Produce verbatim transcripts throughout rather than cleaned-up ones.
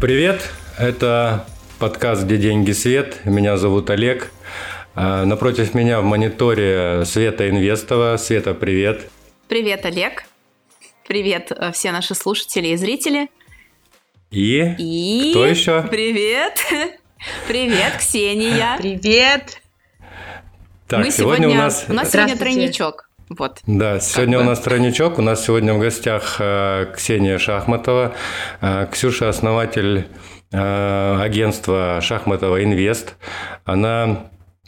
Привет, это подкаст «Где деньги, Свет». Меня зовут Олег. Напротив меня в мониторе Света Инвестова. Света, привет. Привет, Олег. Привет, все наши слушатели и зрители. И, и... кто еще? Привет. Привет, Ксения. Привет. Так, Мы сегодня, сегодня у нас... У нас сегодня тройничок. Вот. Да, сегодня как у бы. нас тройничок. У нас сегодня в гостях э, Ксения Шахматова. Э, Ксюша – основатель э, агентства «Шахматова Инвест». Она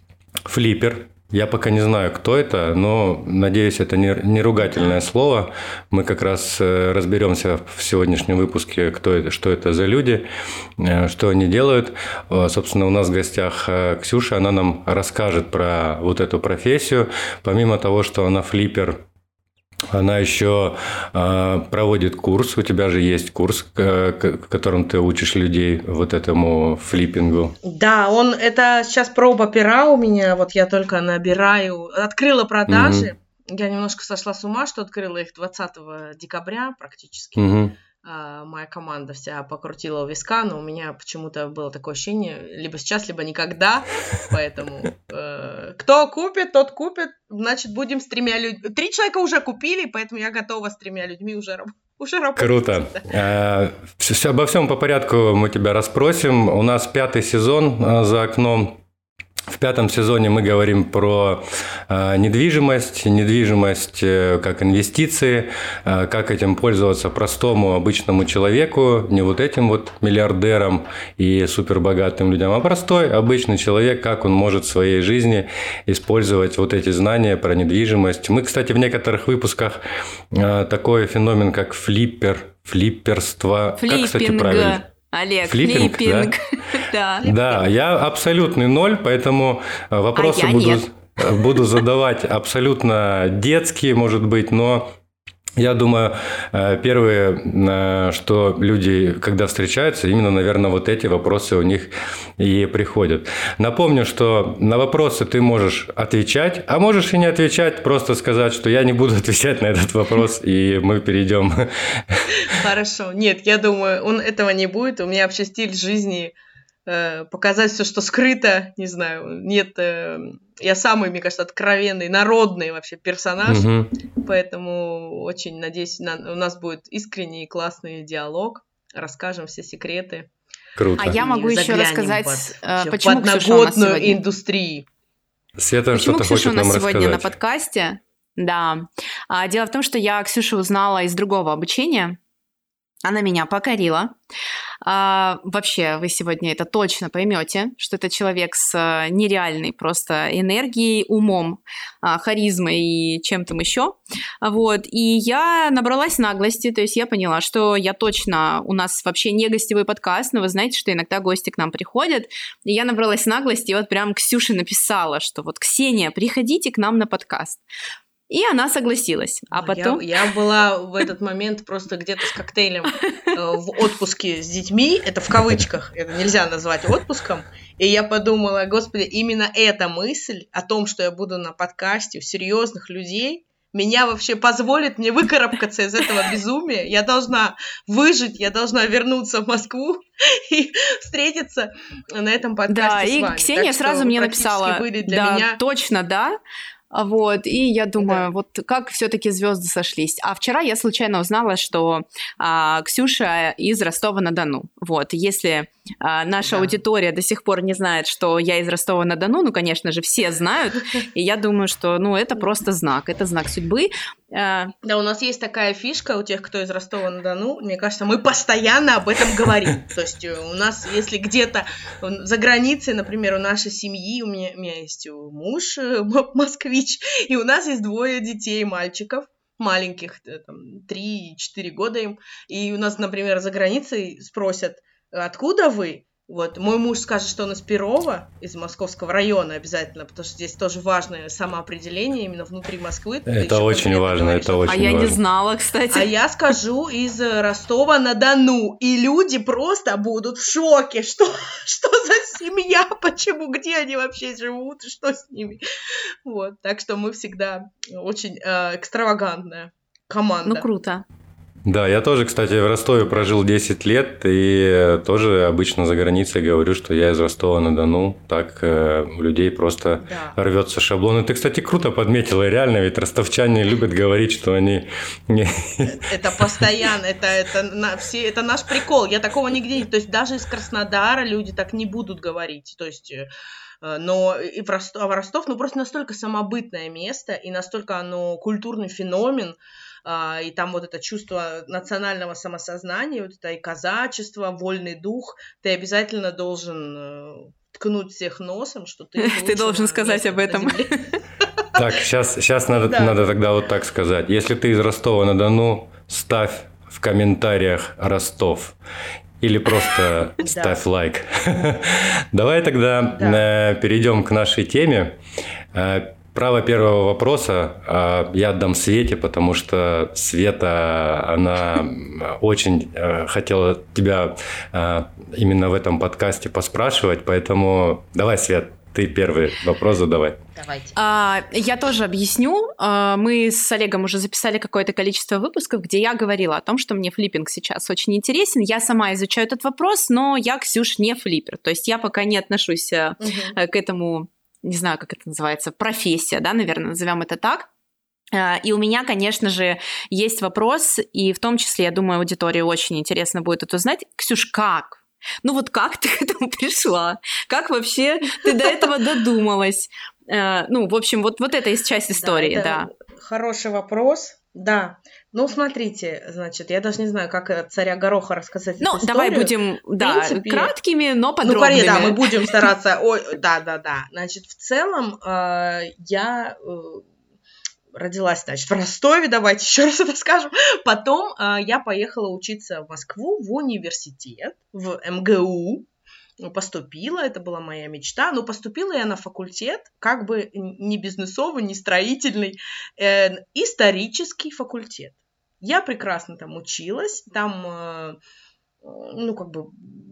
флиппер. Я пока не знаю, кто это, но, надеюсь, это не, не ругательное слово. Мы как раз э, разберемся в сегодняшнем выпуске, кто это, что это за люди, э, что они делают. Э, собственно, у нас в гостях э, Ксюша, она нам расскажет про вот эту профессию. Помимо того, что она флиппер, она еще э, проводит курс. У тебя же есть курс, э, к- которым ты учишь людей вот этому флиппингу. Да, он это сейчас проба пера у меня, вот я только набираю, открыла продажи, я немножко сошла с ума, что открыла их двадцатого декабря практически. Мгм. А, моя команда вся покрутила у виска, но у меня почему-то было такое ощущение, либо сейчас, либо никогда, поэтому э, кто купит, тот купит, значит, будем с тремя людьми. Три человека уже купили, поэтому я готова с тремя людьми уже работать. Уже работать. Круто. Э, всё- Обо всем по порядку мы тебя расспросим. У нас пятый сезон э, за окном. В пятом сезоне мы говорим про э, недвижимость, недвижимость э, как инвестиции, э, как этим пользоваться простому обычному человеку, не вот этим вот миллиардерам и супербогатым людям, а простой обычный человек, как он может в своей жизни использовать вот эти знания про недвижимость. Мы, кстати, в некоторых выпусках э, такой феномен, как флиппер, флипперство, как, кстати, Флиппинг. правильно? Олег, Флиппинг, флиппинг. Да. Да, я абсолютный ноль, поэтому э, вопросы А я буду, нет. буду задавать абсолютно детские, может быть, но я думаю, э, первые, э, что люди, когда встречаются, именно, наверное, вот эти вопросы у них и приходят. Напомню, что на вопросы ты можешь отвечать, а можешь и не отвечать, просто сказать, что я не буду отвечать на этот вопрос, и мы перейдем. Хорошо. Нет, я думаю, он этого не будет. У меня вообще стиль жизни э, показать все, что скрыто, не знаю. Нет, э, я самый, мне кажется, откровенный, народный вообще персонаж, Мгм. поэтому очень надеюсь, на- у нас будет искренний и классный диалог. Расскажем все секреты. Круто. А я и могу еще заглянем рассказать, под- э, вообще в почему Ксюша у нас подноготную сегодня. индустрию. Света Почему что-то Ксюша хочет у нас нам сегодня на рассказать. подкасте? Да. А, дело в том, что я Ксюшу узнала из другого обучения. Она меня покорила. А, вообще, вы сегодня это точно поймете, что это человек с а, нереальной просто энергией, умом, а, харизмой и чем-то еще. Вот. И я набралась наглости, то есть я поняла, что я точно... У нас вообще не гостевой подкаст, но вы знаете, что иногда гости к нам приходят. И я набралась наглости, и вот прям Ксюше написала, что вот, Ксения, приходите к нам на подкаст. И она согласилась. А Ой, потом... Я, я была в этот момент просто где-то с коктейлем э, в отпуске с детьми, это в кавычках, это нельзя назвать отпуском, и я подумала, господи, именно эта мысль о том, что я буду на подкасте у серьезных людей, меня вообще позволит мне выкарабкаться из этого безумия. Я должна выжить, я должна вернуться в Москву и встретиться на этом подкасте Да, с и вами. Ксения Так что сразу вы мне практически написала, были для да, меня... точно, да. Вот, и я думаю, Да. вот как все-таки звезды сошлись. А вчера я случайно узнала, что а, Ксюша из Ростова-на-Дону. Вот, если а, наша Да. аудитория до сих пор не знает, что я из Ростова-на-Дону, ну, конечно же, все знают, и я думаю, что, ну, это просто знак, это знак судьбы. А, Да, у нас есть такая фишка у тех, кто из Ростова-на-Дону. Мне кажется, мы постоянно об этом говорим. То есть э, у нас, если где-то за границей, например, у нашей семьи, у меня, у меня есть муж э, м- москвич, и у нас есть двое детей, мальчиков, маленьких, э, там, три-четыре года им. И у нас, например, за границей спросят, откуда вы? Вот, мой муж скажет, что он из Перова, из московского района обязательно, потому что здесь тоже важное самоопределение именно внутри Москвы. Ты Это ещё очень конкретно важно, говоришь. это очень а я важно. не знала, кстати. А я скажу из э, Ростова-на-Дону, и люди просто будут в шоке, что, что за семья, почему, где они вообще живут, и что с ними. Вот, так что мы всегда очень э, экстравагантная команда. Ну, круто. Да, я тоже, кстати, в Ростове прожил десять лет, и тоже обычно за границей говорю, что я из Ростова-на-Дону. Так э, у людей просто Да. рвется шаблон. И ты, кстати, круто подметила, реально, ведь ростовчане любят говорить, что они... не- Это постоянно, это, это, на, все, это наш прикол. Я такого нигде не... То есть даже из Краснодара люди так не будут говорить. То есть... э, Но и в Ростов, а в Ростов, ну, просто настолько самобытное место, и настолько оно культурный феномен, а, и там вот это чувство национального самосознания, вот это и казачество, вольный дух, ты обязательно должен э, ткнуть всех носом, что ты из Ты лучшего должен сказать места об на этом. земле. Так, сейчас, сейчас надо, Да. надо тогда вот так сказать. Если ты из Ростова-на-Дону, ставь в комментариях Ростов. Или просто Да. ставь лайк. Давай тогда Да. э, перейдем к нашей теме. Э, Право первого вопроса э, я отдам Свете, потому что Света, она очень э, хотела тебя э, именно в этом подкасте поспрашивать, поэтому давай, Свет, ты первый вопрос задавай. Давайте. А, я тоже объясню. А, мы с Олегом уже записали какое-то количество выпусков, где я говорила о том, что мне флиппинг сейчас очень интересен. Я сама изучаю этот вопрос, но я, Ксюш, не флиппер. То есть я пока не отношусь э, Мгм. к этому, не знаю, как это называется, профессия, да, наверное, назовем это так. А, И у меня, конечно же, есть вопрос, и в том числе, я думаю, аудитории очень интересно будет это узнать. Ксюш, как? Ну вот как ты к этому пришла? Как вообще ты до этого додумалась? Э, Ну, в общем, вот, вот это есть часть истории, Да, да. это хороший вопрос. Да. Ну, смотрите, значит, я даже не знаю, как от царя Гороха рассказать Ну, эту давай историю. будем, В да, принципе, краткими, но Ну, подробными. Каре, да, мы будем стараться. Ой, да, да, да. Значит, в целом э, я э, родилась, значит, в Ростове, давайте еще раз это скажем. Потом э, я поехала учиться в Москву в университет, в эм гэ у. Ну, поступила, это была моя мечта, но поступила я на факультет, как бы не бизнесовый, не строительный, э, исторический факультет. Я прекрасно там училась, там, э, ну, как бы,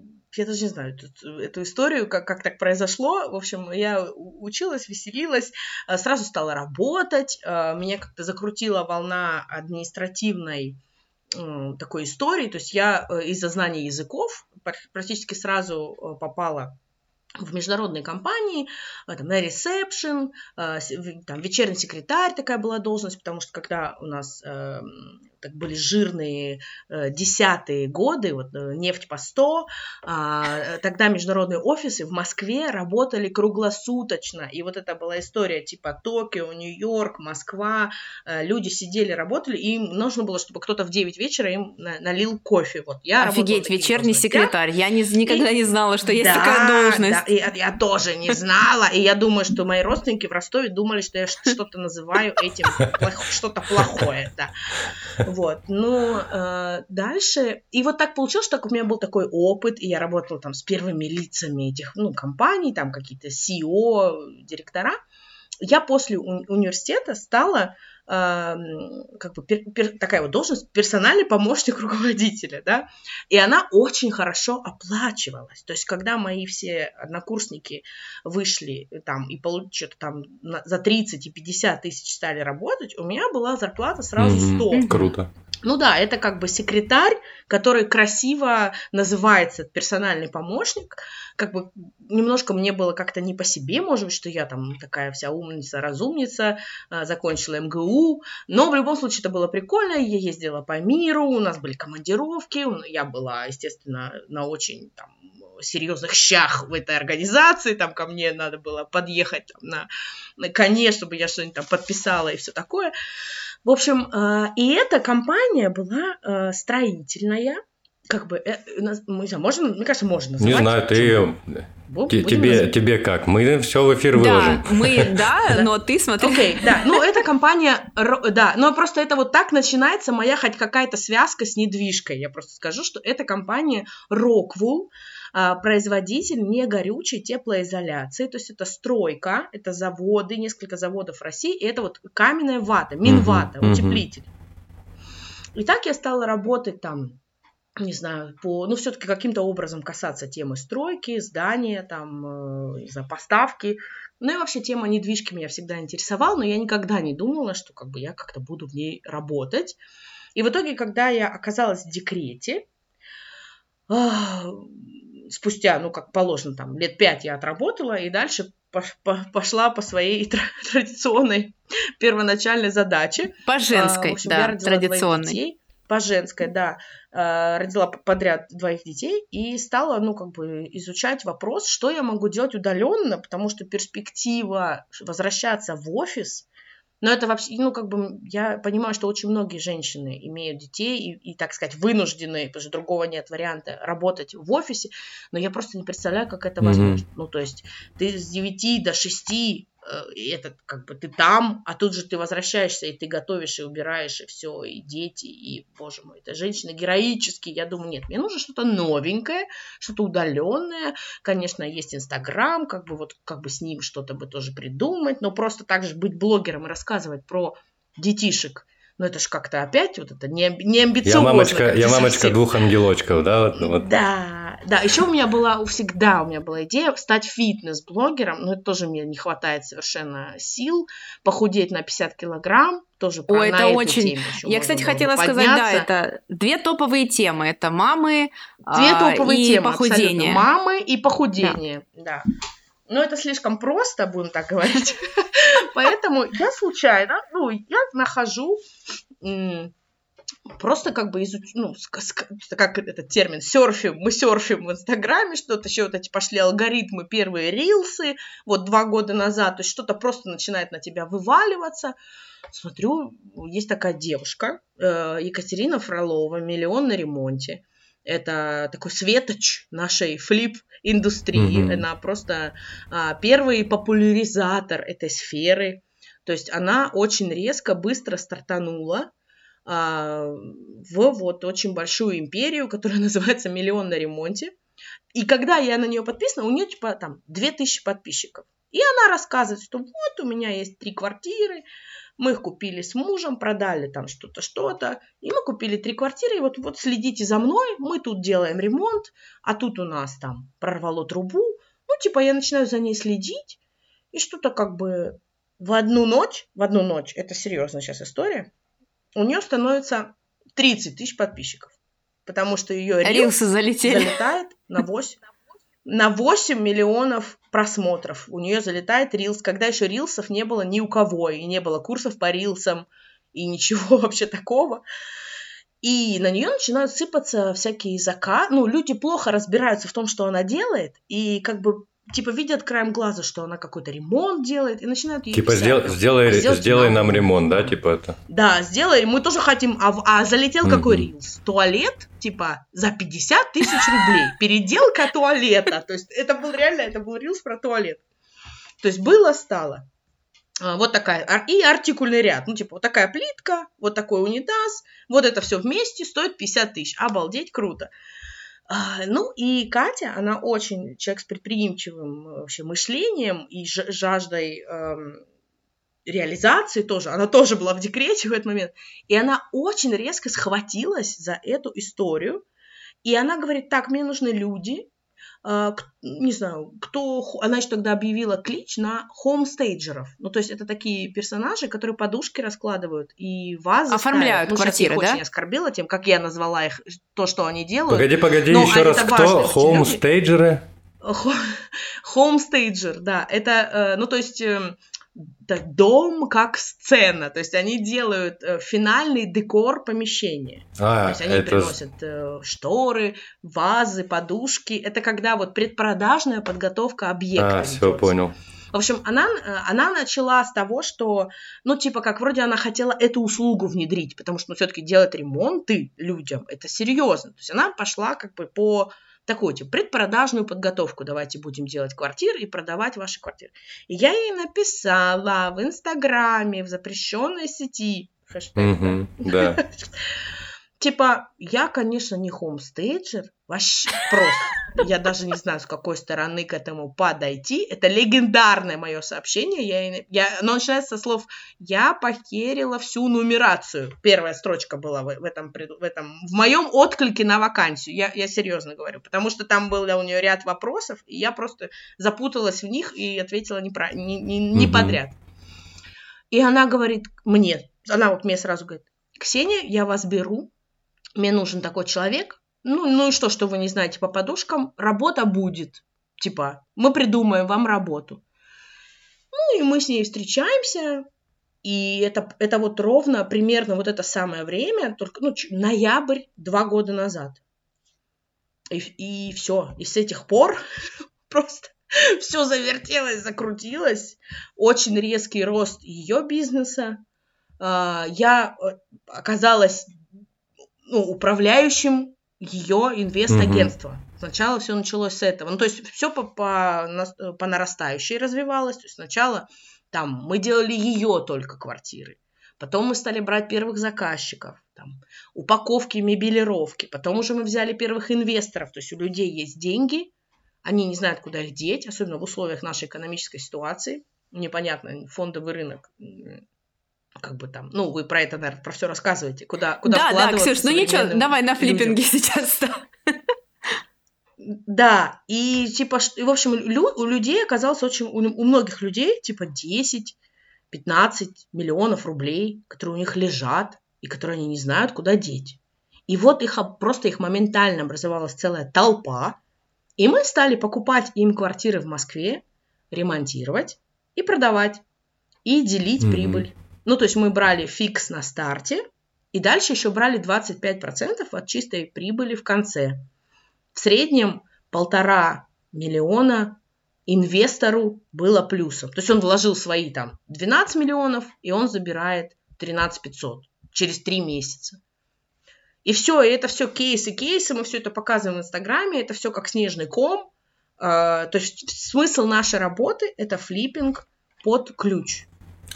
я даже не знаю эту, эту историю, как, как так произошло. В общем, я училась, веселилась, э, сразу стала работать, э, меня как-то закрутила волна административной э, такой истории, то есть я э, из-за знания языков пр- практически сразу э, попала в международные компании, э, там, на ресепшн, э, с- в- там, вечерний секретарь такая была должность, потому что когда у нас э, так были жирные э, десятые годы, вот э, нефть по сто, а, э, тогда международные офисы в Москве работали круглосуточно, и вот это была история типа Токио, Нью-Йорк, Москва, э, люди сидели, работали, и им нужно было, чтобы кто-то в девять вечера им на- налил кофе. Вот я работала Офигеть, на таких вечерний должностях. секретарь. Я не, никогда И- не знала, что есть Да, такая должность. да, и я, я тоже не знала, и я думаю, что мои родственники в Ростове думали, что я ш- что-то называю этим плох- что-то плохое, да. Вот, ну, э, дальше, и вот так получилось, что у меня был такой опыт, и я работала там с первыми лицами этих, ну, компаний, там какие-то си и о, директора. Я после уни- университета стала э, как бы пер- пер- такая вот должность, персональный помощник руководителя, да, и она очень хорошо оплачивалась. То есть, когда мои все однокурсники вышли там и получили что-то там на- за тридцать и пятьдесят тысяч стали работать, у меня была зарплата сразу Мгм. сто. Мгм. Круто. Ну да, это как бы секретарь, который красиво называется персональный помощник. Как бы немножко мне было как-то не по себе, может быть, что я там такая вся умница, разумница, а, закончила эм гэ у. Но в любом случае это было прикольно. Я ездила по миру, у нас были командировки. Я была, естественно, на очень там серьезных щах в этой организации. Там ко мне надо было подъехать там, на, на коне, чтобы я что-нибудь там подписала и все такое. В общем, э, и эта компания была э, строительная, как бы, э, наз- мы не знаю, можно, мне кажется, можно называть. Не знаю, ты... Почему? Бу- те- будем Тебе, называть? тебе как? Мы все в эфир Да, выложим. мы, да, Да. но ты смотри. Окей, да, ну эта компания, ро- да, но просто это вот так начинается моя хоть какая-то связка с недвижкой. Я просто скажу, что эта компания Rockwool, а, производитель негорючей теплоизоляции, то есть это стройка, это заводы, несколько заводов в России, и это вот каменная вата, минвата, Мгм, мгм. утеплитель. И так я стала работать там, не знаю, по, ну, все-таки каким-то образом касаться темы стройки, здания, там, э, не знаю, поставки. Ну и вообще тема недвижки меня всегда интересовала, но я никогда не думала, что как бы я как-то буду в ней работать. И в итоге, когда я оказалась в декрете, спустя, ну, как положено, там, лет пять я отработала, и дальше пошла по своей традиционной первоначальной задаче. По женской, в общем, да, я родила традиционной. двоих детей. По женской, да. Родила подряд двоих детей и стала, ну, как бы изучать вопрос, что я могу делать удаленно, потому что перспектива возвращаться в офис, но это вообще, ну, как бы, я понимаю, что очень многие женщины имеют детей и, и, так сказать, вынуждены, потому что другого нет варианта, работать в офисе, но я просто не представляю, как это возможно. Mm-hmm. Ну, то есть ты с девяти до шести, и это как бы ты там, а тут же ты возвращаешься, и ты готовишь, и убираешь, и все, и дети, и, боже мой, это женщины героические. Я думаю, нет, мне нужно что-то новенькое, что-то удаленное. Конечно, есть Инстаграм, как бы вот как бы с ним что-то бы тоже придумать, но просто так же быть блогером и рассказывать про детишек. Но это ж как-то опять вот это не, не амбициозно. Я мамочка, я мамочка совсем. Двух ангелочков, да? Вот, вот. Да, да. Еще у меня была, всегда у меня была идея стать фитнес-блогером, но это тоже мне не хватает совершенно сил, похудеть на пятьдесят килограмм, тоже про Ой, на это эту очень... тему еще Я, кстати, хотела подняться. сказать, да, это две топовые темы, это мамы Две а, топовые и темы, похудение. Абсолютно. Мамы и похудение, да. да. Но это слишком просто, будем так говорить. Поэтому я случайно, ну, я нахожу просто как бы изучу, ну, как этот термин, серфим, мы серфим в Инстаграме, что-то еще вот эти пошли алгоритмы, первые рилсы, вот два года назад, то есть что-то просто начинает на тебя вываливаться. Смотрю, есть такая девушка, Екатерина Фролова, «Миллион на ремонте». Это такой светоч нашей флип-индустрии. Mm-hmm. Она просто а, первый популяризатор этой сферы. То есть она очень резко, быстро стартанула а, в вот очень большую империю, которая называется «Миллион на ремонте». И когда я на нее подписана, у нее типа там две тысячи подписчиков. И она рассказывает, что вот у меня есть три квартиры, мы их купили с мужем, продали там что-то, что-то, и мы купили три квартиры, и вот, вот следите за мной, мы тут делаем ремонт, а тут у нас там прорвало трубу, ну, типа, я начинаю за ней следить, и что-то как бы в одну ночь, в одну ночь, это серьезно сейчас история, у нее становится тридцать тысяч подписчиков, потому что ее рилс залетает на восемь. На восемь миллионов просмотров у нее залетает рилс, когда еще рилсов не было ни у кого, и не было курсов по рилсам, и ничего вообще такого. И на нее начинают сыпаться всякие заказы. Ну, люди плохо разбираются в том, что она делает, и как бы типа видят краем глаза, что она какой-то ремонт делает, и начинают ей типа писать. Сдел, сделай, а сделай нам ремонт, да, типа это? Да, сделай, мы тоже хотим, а, а залетел mm-hmm. какой рилс? Туалет, типа, за пятьдесят тысяч рублей, переделка туалета, то есть это был реально, это был рилс про туалет. То есть было, стало. Вот такая, и артикульный ряд, ну, типа, вот такая плитка, вот такой унитаз, вот это все вместе стоит пятьдесят тысяч, обалдеть, круто. Ну, и Катя, она очень человек с предприимчивым вообще мышлением и жаждой эм, реализации тоже. Она тоже была в декрете в этот момент. И она очень резко схватилась за эту историю. И она говорит, так, мне нужны люди, э, не знаю, кто... Она еще тогда объявила клич на хоумстейджеров. Ну, то есть это такие персонажи, которые подушки раскладывают и вазы оформляют ставят. квартиры, ну, да? Я очень оскорбила тем, как я назвала их, то, что они делают. Погоди, погоди, но еще раз, кто? Хоумстейджеры? Хоумстейджер, да. Это, ну, то есть... дом как сцена, то есть они делают э, финальный декор помещения. А, то есть они это... приносят э, шторы, вазы, подушки. Это когда вот предпродажная подготовка объекта. А, все, понял. В общем, она, она начала с того, что, ну, типа, как вроде она хотела эту услугу внедрить, потому что, ну, все-таки делать ремонты людям, это серьезно. То есть она пошла как бы по такую, типа, предпродажную подготовку. Давайте будем делать квартиры и продавать ваши квартиры. И я ей написала в Инстаграме, в запрещенной сети, хэштег, mm-hmm, да. Типа, я, конечно, не хоумстейджер, вообще просто. Я даже не знаю, с какой стороны к этому подойти. Это легендарное мое сообщение. Я, я, оно начинается со слов «Я похерила всю нумерацию». Первая строчка была в, в, этом, в, этом, в моем отклике на вакансию. Я, я серьезно говорю. Потому что там был у нее ряд вопросов, и я просто запуталась в них и ответила не, про, не, не, не mm-hmm. подряд. И она говорит мне, она вот мне сразу говорит: Ксения, я вас беру, мне нужен такой человек, ну, ну и что, что вы не знаете по подушкам, работа будет, типа, мы придумаем вам работу. Ну, и мы с ней встречаемся, и это, это вот ровно, примерно вот это самое время, только, ну, ноябрь, два года назад. И, и все, и с этих пор просто все завертелось, закрутилось, очень резкий рост ее бизнеса. Я оказалась, ну, управляющим ее инвест-агентства. Mm-hmm. Сначала все началось с этого. Ну, то есть все по, по, по нарастающей развивалось. То есть сначала там мы делали ее только квартиры. Потом мы стали брать первых заказчиков, там, упаковки, мебелировки. Потом уже мы взяли первых инвесторов. То есть у людей есть деньги, они не знают, куда их деть, особенно в условиях нашей экономической ситуации. Непонятно, фондовый рынок, как бы там, ну, вы про это, наверное, про все рассказываете, куда, куда да, вкладываться. Да, Ксюш, ну ничего, давай на флиппинге людям. Сейчас. Да, и типа, в общем, лю- у людей оказалось очень, у многих людей, типа, десять-пятнадцать миллионов рублей, которые у них лежат, и которые они не знают, куда деть. И вот их просто их моментально образовалась целая толпа, и мы стали покупать им квартиры в Москве, ремонтировать и продавать, и делить mm-hmm. прибыль. Ну, то есть мы брали фикс на старте, и дальше еще брали двадцать пять процентов от чистой прибыли в конце. В среднем полтора миллиона инвестору было плюсом. То есть он вложил свои там двенадцать миллионов, и он забирает тринадцать пятьсот через три месяца. И все, и это все кейсы-кейсы, мы все это показываем в Инстаграме, это все как снежный ком. То есть смысл нашей работы – это флиппинг под ключ.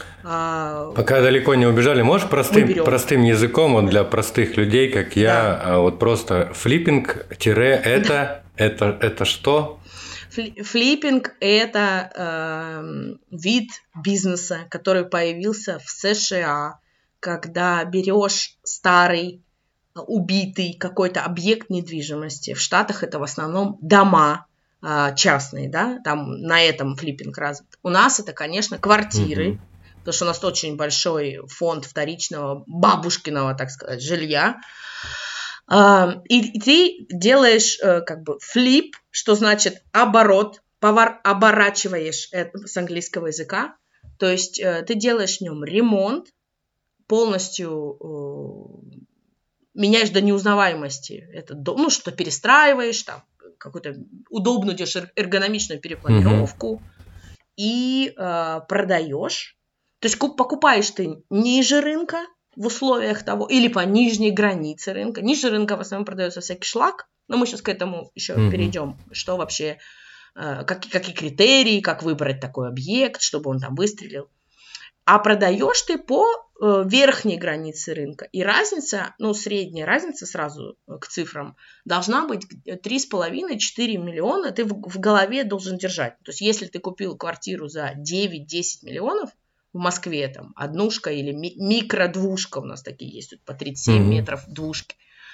Пока далеко не убежали, можешь простым, простым языком вот для простых людей, как я, да. вот просто флиппинг-это да. это, это что? Флиппинг – это э, вид бизнеса, который появился в США, когда берешь старый, убитый какой-то объект недвижимости. В Штатах это в основном дома э, частные, да, там на этом флиппинг развит. У нас это, конечно, квартиры, угу. потому что у нас очень большой фонд вторичного бабушкиного, так сказать, жилья. Uh, и, и ты делаешь uh, как бы флип, что значит оборот, повар, оборачиваешь это с английского языка, то есть uh, ты делаешь в нем ремонт, полностью uh, меняешь до неузнаваемости это, ну, что перестраиваешь, там, какую-то удобную делаешь эргономичную перепланировку mm-hmm. и uh, продаешь, то есть покупаешь ты ниже рынка, в условиях того, или по нижней границе рынка. Ниже рынка в основном продается всякий шлак, но мы сейчас к этому еще mm-hmm. перейдем, что вообще, э, как, какие критерии, как выбрать такой объект, чтобы он там выстрелил. А продаешь ты по э, верхней границе рынка. И разница, ну, средняя разница сразу к цифрам должна быть три с половиной - четыре миллиона, ты в, в голове должен держать. То есть если ты купил квартиру за девять-десять миллионов, в Москве там однушка или ми- микродвушка, у нас такие есть, тут по тридцать семь mm-hmm. метров двушки,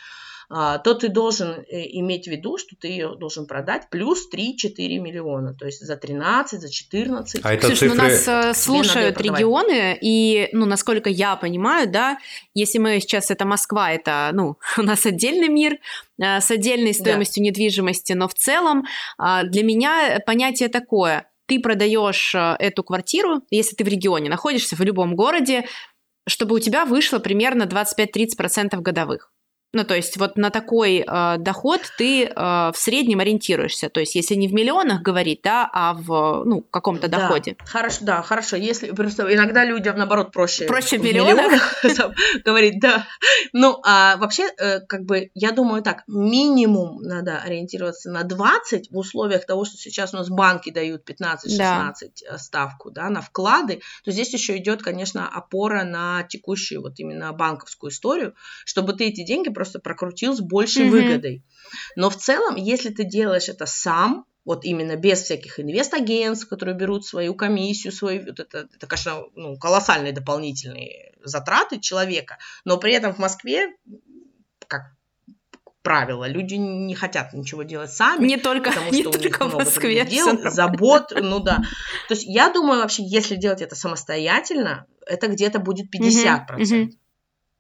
а, то ты должен э, иметь в виду, что ты ее должен продать плюс три-четыре миллиона, то есть за тринадцать, за четырнадцать. А это Ксюш, цифры... ну нас э, слушают регионы, и, ну, насколько я понимаю, да, если мы сейчас, это Москва, это, ну, у нас отдельный мир э, с отдельной стоимостью да. недвижимости, но в целом э, для меня понятие такое – ты продаешь эту квартиру, если ты в регионе находишься, в любом городе, чтобы у тебя вышло примерно двадцать пять-тридцать процентов годовых. Ну, то есть вот на такой э, доход ты э, в среднем ориентируешься. То есть если не в миллионах говорить, да, а в, ну, каком-то да, доходе. Хорошо, да, хорошо. Если просто иногда людям, наоборот, проще, проще в миллионах говорить, да. Ну, а вообще, как бы, я думаю так, минимум надо ориентироваться на двадцать в условиях того, что сейчас у нас банки дают пятнадцать-шестнадцать да. ставку, да, на вклады, то здесь еще идет, конечно, опора на текущую вот именно банковскую историю, чтобы ты эти деньги просто просто прокрутил с большей mm-hmm. выгодой. Но в целом, если ты делаешь это сам, вот именно без всяких инвест-агентств, которые берут свою комиссию, свою, вот это, это, конечно, ну, колоссальные дополнительные затраты человека, но при этом в Москве, как правило, люди не хотят ничего делать сами. Не только, потому не что только у них в Москве. Дел, забот, ну да. То есть я думаю, вообще, если делать это самостоятельно, это где-то будет пятьдесят процентов. Mm-hmm.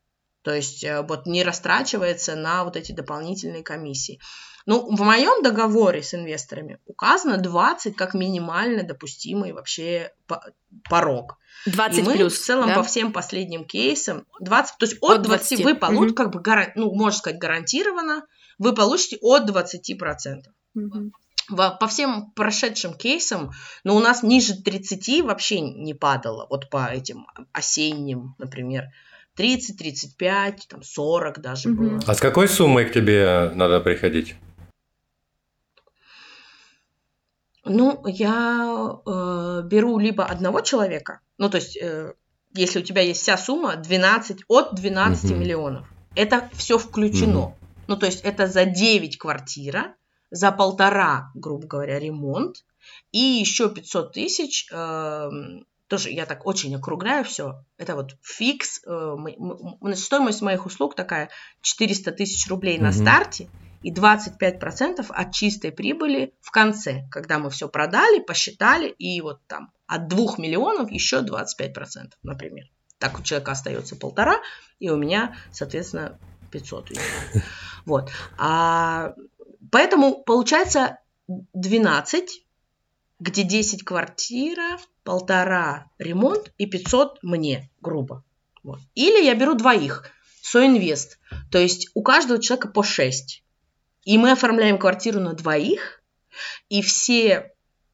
То есть вот не растрачивается на вот эти дополнительные комиссии. Ну, в моем договоре с инвесторами указано двадцать как минимально допустимый вообще порог. двадцать и мы плюс, в целом да? по всем последним кейсам двадцать, то есть от, от двадцати вы получите, угу. как бы, гаран, ну, можно сказать, гарантированно, вы получите от двадцати процентов. Угу. По всем прошедшим кейсам, но у нас ниже тридцати вообще не падало, вот по этим осенним, например, тридцать, тридцать пять, там сорок даже угу. было. А с какой суммой к тебе надо приходить? Ну, я э, беру либо одного человека, ну, то есть, э, если у тебя есть вся сумма, двенадцать, от двенадцати угу. миллионов. Это все включено. Угу. Ну, то есть, это за девять квартира, за полтора, грубо говоря, ремонт, и еще пятьсот тысяч, э, тоже я так очень округляю все, это вот фикс, э, мы, мы, стоимость моих услуг такая, четыреста тысяч рублей угу. на старте, и двадцать пять процентов от чистой прибыли в конце, когда мы все продали, посчитали, и вот там от двух миллионов еще двадцать пять процентов, например. Так у человека остается полтора, и у меня, соответственно, пятьсот. Вот. А, поэтому получается двенадцать, где десять квартира, полтора ремонт и пятьсот мне, грубо. Вот. Или я беру двоих, соинвест, то есть у каждого человека по шесть. И мы оформляем квартиру на двоих, и все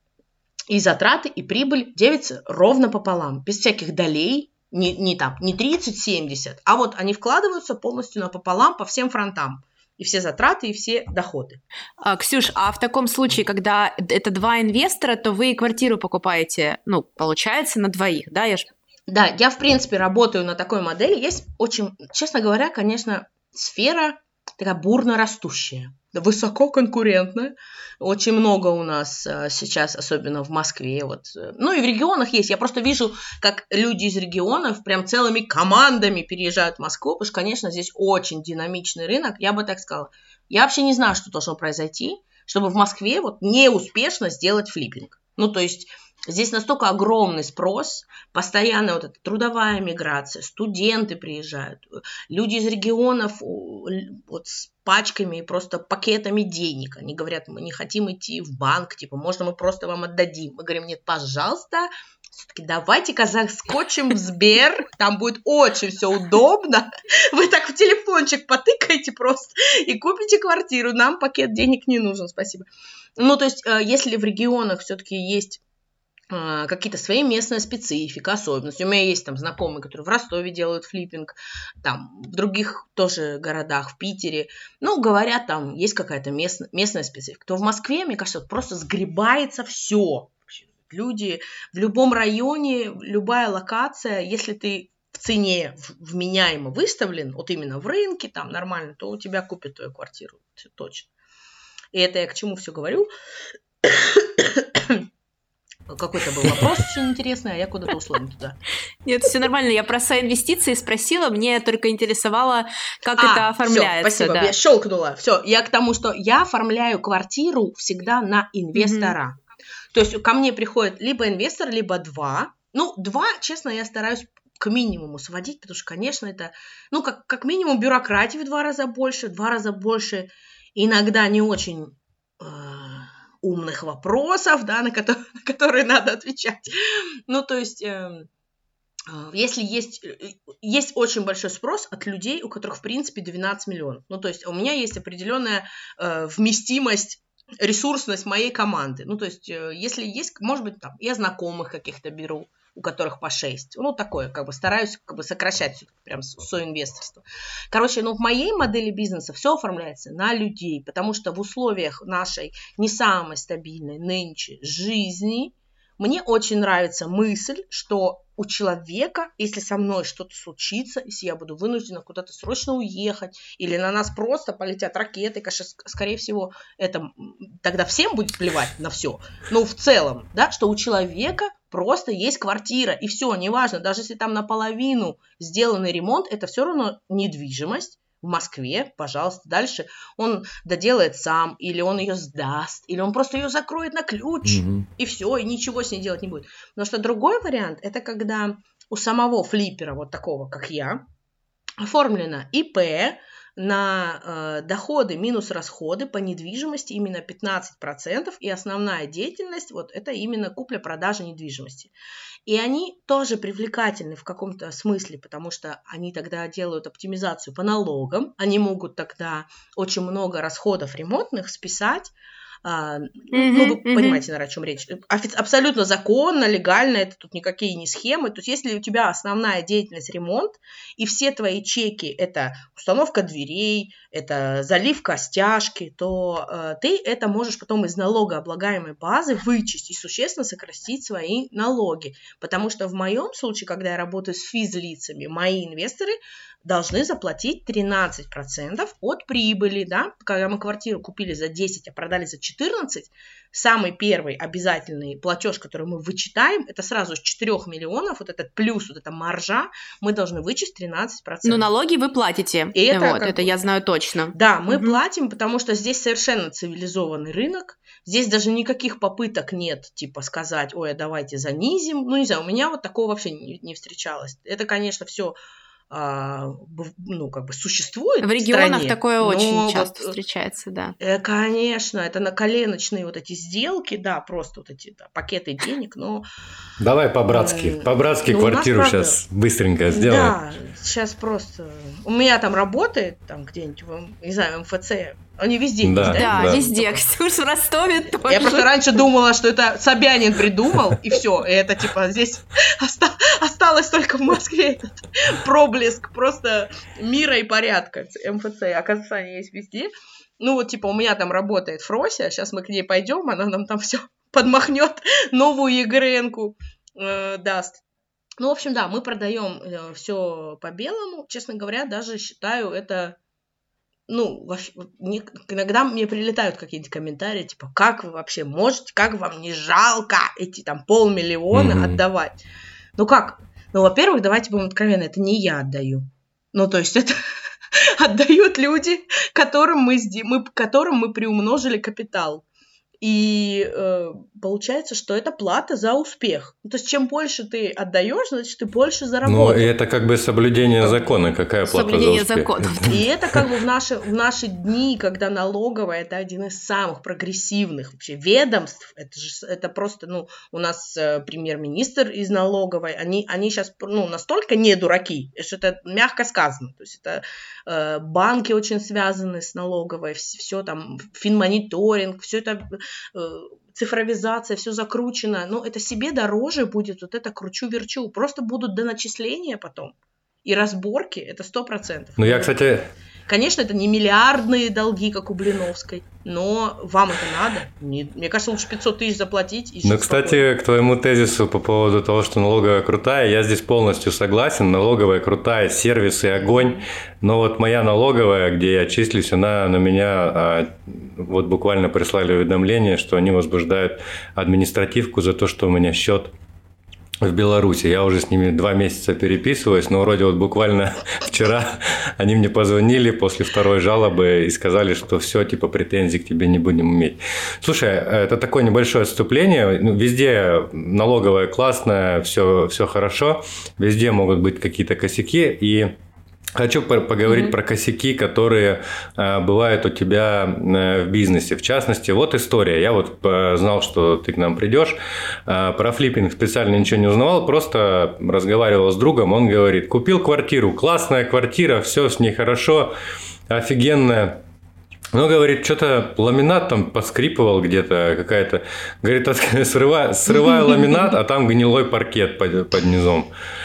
и затраты, и прибыль делятся ровно пополам, без всяких долей, не, не, там, не тридцать-семьдесят, а вот они вкладываются полностью напополам по всем фронтам. И все затраты, и все доходы. А, Ксюш, а в таком случае, когда это два инвестора, то вы квартиру покупаете, ну, получается, на двоих, да? Я ж... Да, я, в принципе, работаю на такой модели. Есть очень, честно говоря, конечно, сфера такая бурно растущая, высококонкурентная. Очень много у нас а, сейчас, особенно в Москве. Вот. Ну и в регионах есть. Я просто вижу, как люди из регионов прям целыми командами переезжают в Москву, потому что, конечно, здесь очень динамичный рынок. Я бы так сказала. Я вообще не знаю, что должно произойти, чтобы в Москве вот неуспешно сделать флиппинг. Ну, то есть здесь настолько огромный спрос, постоянно вот эта трудовая миграция, студенты приезжают, люди из регионов вот с пачками и просто пакетами денег. Они говорят, мы не хотим идти в банк, типа, можно мы просто вам отдадим. Мы говорим, нет, пожалуйста, все-таки давайте-ка заскочим в Сбер, там будет очень все удобно. Вы так в телефончик потыкаете просто и купите квартиру. Нам пакет денег не нужен, спасибо. Ну, то есть, если в регионах все-таки есть какие-то свои местные специфики, особенности. У меня есть там знакомые, которые в Ростове делают флиппинг, там в других тоже городах, в Питере. Ну, говорят, там есть какая-то местная, местная специфика. То в Москве, мне кажется, просто сгребается все. Люди в любом районе, любая локация, если ты в цене вменяемо выставлен, вот именно в рынке, там нормально, то у тебя купят твою квартиру. Все точно. И это я к чему все говорю. Какой-то был вопрос очень интересный, а я куда-то ушла не туда. Нет, все нормально. Я про соинвестиции спросила, мне только интересовало, как а, это оформляется. Все, спасибо, да. Я щелкнула. Все, я к тому, что я оформляю квартиру всегда на инвестора. Mm-hmm. То есть ко мне приходит либо инвестор, либо два. Ну, два, честно, я стараюсь к минимуму сводить, потому что, конечно, это, ну, как, как минимум бюрократии в два раза больше, в два раза больше иногда не очень... Э- умных вопросов, да, на которые, на которые надо отвечать. Ну, то есть, э, э, если есть, есть очень большой спрос от людей, у которых, в принципе, двенадцать миллионов. Ну, то есть, у меня есть определенная э, вместимость, ресурсность моей команды. Ну, то есть, э, если есть, может быть, там, я знакомых каких-то беру, у которых по шесть. Ну, такое, как бы стараюсь как бы сокращать все-таки прям соинвесторство. Короче, ну, в моей модели бизнеса все оформляется на людей, потому что в условиях нашей не самой стабильной нынче жизни мне очень нравится мысль, что у человека, если со мной что-то случится, если я буду вынуждена куда-то срочно уехать, или на нас просто полетят ракеты, конечно, скорее всего, это тогда всем будет плевать на все. Но в целом, да, что у человека просто есть квартира, и все, неважно, даже если там наполовину сделанный ремонт, это все равно недвижимость в Москве, пожалуйста, дальше он доделает сам, или он ее сдаст, или он просто ее закроет на ключ, mm-hmm. и все, и ничего с ней делать не будет. Потому что другой вариант, это когда у самого флиппера, вот такого, как я, оформлено ИП на э, доходы минус расходы по недвижимости именно пятнадцать процентов, и основная деятельность вот это именно купля-продажа недвижимости. И они тоже привлекательны в каком-то смысле, потому что они тогда делают оптимизацию по налогам, они могут тогда очень много расходов ремонтных списать. А, mm-hmm, ну, вы mm-hmm. понимаете, наверное, о чем речь. Офи- абсолютно законно, легально, это тут никакие не схемы. То есть, если у тебя основная деятельность ремонт, и все твои чеки – это установка дверей, это заливка стяжки, то э, ты это можешь потом из налогооблагаемой базы вычесть и существенно сократить свои налоги. Потому что в моем случае, когда я работаю с физлицами, мои инвесторы должны заплатить тринадцать процентов от прибыли, да, когда мы квартиру купили за десять, а продали за четырнадцать, самый первый обязательный платеж, который мы вычитаем, это сразу с четырёх миллионов, вот этот плюс, вот эта маржа, мы должны вычесть тринадцать процентов. Но налоги вы платите, и это, вот, это я знаю точно. Да, мы mm-hmm. платим, потому что здесь совершенно цивилизованный рынок, здесь даже никаких попыток нет, типа сказать, ой, давайте занизим, ну не знаю, у меня вот такого вообще не, не встречалось. Это, конечно, все ну, как бы существует в регионах стране, такое очень но часто вот, встречается, да. Э, конечно, это на коленочные вот эти сделки, да, просто вот эти да, пакеты денег, но... Давай по-братски, э, по-братски ну, квартиру нас, правда, сейчас быстренько сделаем. Да, сейчас просто... У меня там работает, там где-нибудь, не знаю, МФЦ, они везде да, есть, да? Да, да, везде. Ксюш, в Ростове тоже. Я просто раньше думала, что это Собянин придумал, и все. И это типа здесь оста- осталось только в Москве этот проблеск просто мира и порядка. МФЦ, оказывается, они есть везде. Ну вот типа у меня там работает Фрося, сейчас мы к ней пойдем, она нам там все подмахнет, новую ЕГРН-ку э, даст. Ну, в общем, да, мы продаем э, все по белому. Честно говоря, даже считаю это... Ну, иногда мне прилетают какие-то комментарии, типа, как вы вообще можете, как вам не жалко эти там полмиллиона mm-hmm. отдавать? Ну как? Ну, во-первых, давайте будем откровенны, это не я отдаю. Ну, то есть это отдают люди, которым мы, мы, которым мы приумножили капитал. И э, получается, что это плата за успех. То есть, чем больше ты отдаешь, значит, ты больше заработал. Ну, и это как бы соблюдение закона. Какая плата соблюдение за успех? Законов. И это как бы в наши, в наши дни, когда налоговая, это один из самых прогрессивных вообще ведомств. Это же это просто, ну, у нас э, премьер-министр из налоговой, они, они сейчас, ну, настолько не дураки, что это мягко сказано. То есть, это э, банки очень связаны с налоговой, все, все там, финмониторинг, все это... цифровизация, все закручено, но это себе дороже будет, вот это кручу-верчу, просто будут доначисления потом и разборки, это сто процентов. Ну я, кстати... Конечно, это не миллиардные долги, как у Блиновской, но вам это надо. Мне, мне кажется, лучше пятьсот тысяч заплатить. И ну, кстати, спокойно. К твоему тезису по поводу того, что налоговая крутая, я здесь полностью согласен. Налоговая крутая, сервисы, огонь. Но вот моя налоговая, где я числюсь, она на меня вот буквально прислали уведомление, что они возбуждают административку за то, что у меня счет в Беларуси. Я уже с ними два месяца переписываюсь, но вроде вот буквально вчера они мне позвонили после второй жалобы и сказали, что все, типа претензий к тебе не будем иметь. Слушай, это такое небольшое отступление. Везде налоговая классная, все, все хорошо, везде могут быть какие-то косяки, и хочу поговорить mm-hmm. про косяки, которые э, бывают у тебя э, в бизнесе. В частности, вот история. Я вот э, знал, что ты к нам придешь. Э, про флиппинг специально ничего не узнавал, просто разговаривал с другом. Он говорит, купил квартиру, классная квартира, все с ней хорошо, офигенная. Ну, говорит, что-то ламинат там поскрипывал где-то какая-то. Говорит, срываю, срываю ламинат, а там гнилой паркет под, под низом.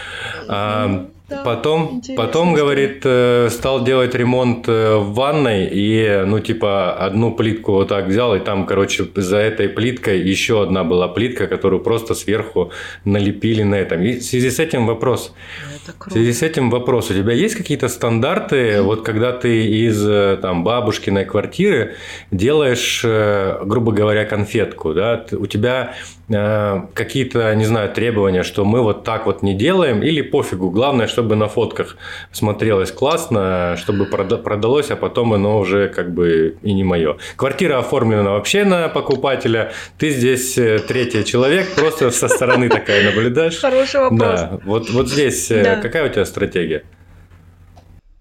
А, Да, потом, потом, говорит, стал делать ремонт в ванной и, ну, типа, одну плитку вот так взял, и там, короче, за этой плиткой еще одна была плитка, которую просто сверху налепили на этом. И в связи с этим вопрос. В связи с этим вопрос. У тебя есть какие-то стандарты, вот когда ты из там бабушкиной квартиры делаешь, грубо говоря, конфетку, да, у тебя э, какие-то, не знаю, требования, что мы вот так вот не делаем, или пофигу, главное, чтобы на фотках смотрелось классно, чтобы продалось, а потом оно уже как бы и не мое. Квартира оформлена вообще на покупателя, ты здесь третий человек, просто со стороны такая наблюдаешь. Хороший вопрос. Да, вот, вот здесь да. Какая у тебя стратегия?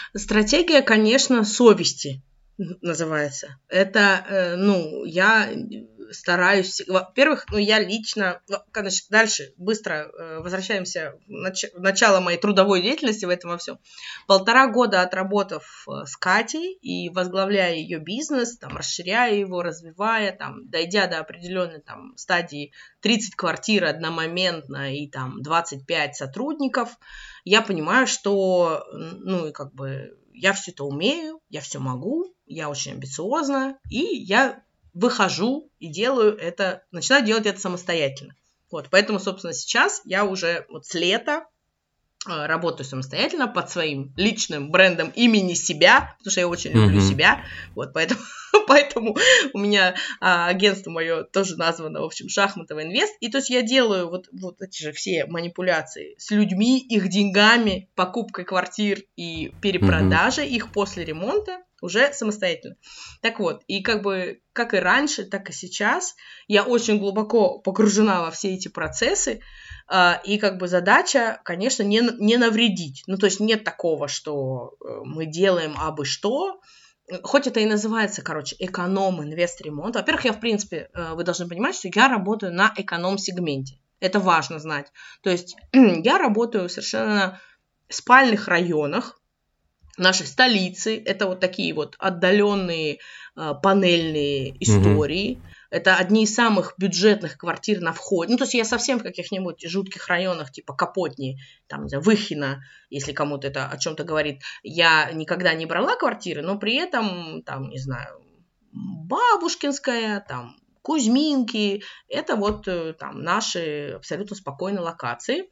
Стратегия, конечно, совести называется. Это, э, ну, я стараюсь... Во-первых, ну, я лично... Конечно, дальше быстро э, возвращаемся в, нач... в начало моей трудовой деятельности в этом во всем. Полтора года отработав с Катей и возглавляя ее бизнес, там, расширяя его, развивая, там, дойдя до определенной там, стадии тридцать квартир одномоментно и там, двадцать пять сотрудников, я понимаю, что, ну, и как бы я все это умею, я все могу, я очень амбициозна, и я выхожу и делаю это, начинаю делать это самостоятельно. Вот, поэтому, собственно, сейчас я уже вот с лета э, работаю самостоятельно под своим личным брендом имени себя, потому что я очень люблю mm-hmm. себя, вот, поэтому, поэтому у меня а, агентство мое тоже названо, в общем, Шахматова Инвест, и то есть я делаю вот, вот эти же все манипуляции с людьми, их деньгами, покупкой квартир и перепродажей mm-hmm. их после ремонта, уже самостоятельно. Так вот, и как бы, как и раньше, так и сейчас, я очень глубоко погружена во все эти процессы, э, и как бы задача, конечно, не, не навредить. Ну, то есть нет такого, что мы делаем абы что, хоть это и называется, короче, эконом-инвест-ремонт. Во-первых, я, в принципе, э, вы должны понимать, что я работаю на эконом-сегменте. Это важно знать. То есть я работаю в совершенно спальных районах нашей столицы. Это вот такие вот отдаленные э, панельные истории. Mm-hmm. Это одни из самых бюджетных квартир на входе. Ну, то есть я совсем в каких-нибудь жутких районах, типа Капотни, там, не знаю, Выхино, если кому-то это о чем-то говорит, я никогда не брала квартиры, но при этом, там, не знаю, Бабушкинская, там, Кузьминки, это вот там наши абсолютно спокойные локации.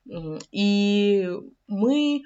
И мы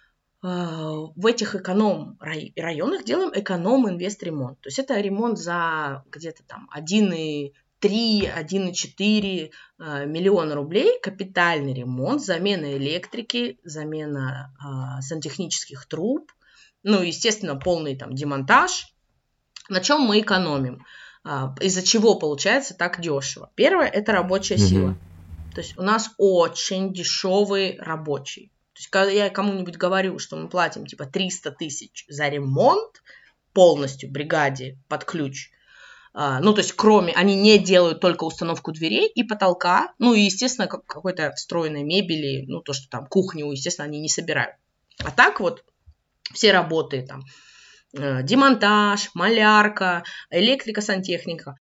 в этих эконом-районах делаем эконом-инвест-ремонт. То есть это ремонт за где-то там один и три - один и четыре миллиона рублей, капитальный ремонт, замена электрики, замена э, сантехнических труб, ну, естественно, полный там демонтаж. На чем мы экономим? Э, из-за чего получается так дешево? Первое – это рабочая mm-hmm. сила. То есть у нас очень дешевый рабочий. То есть, когда я кому-нибудь говорю, что мы платим типа триста тысяч за ремонт полностью бригаде под ключ, а, ну, то есть, кроме, они не делают только установку дверей и потолка, ну, и, естественно, какой-то встроенной мебели, ну, то, что там кухню, естественно, они не собирают. А так вот все работы там, э, демонтаж, малярка, электрика, сантехника,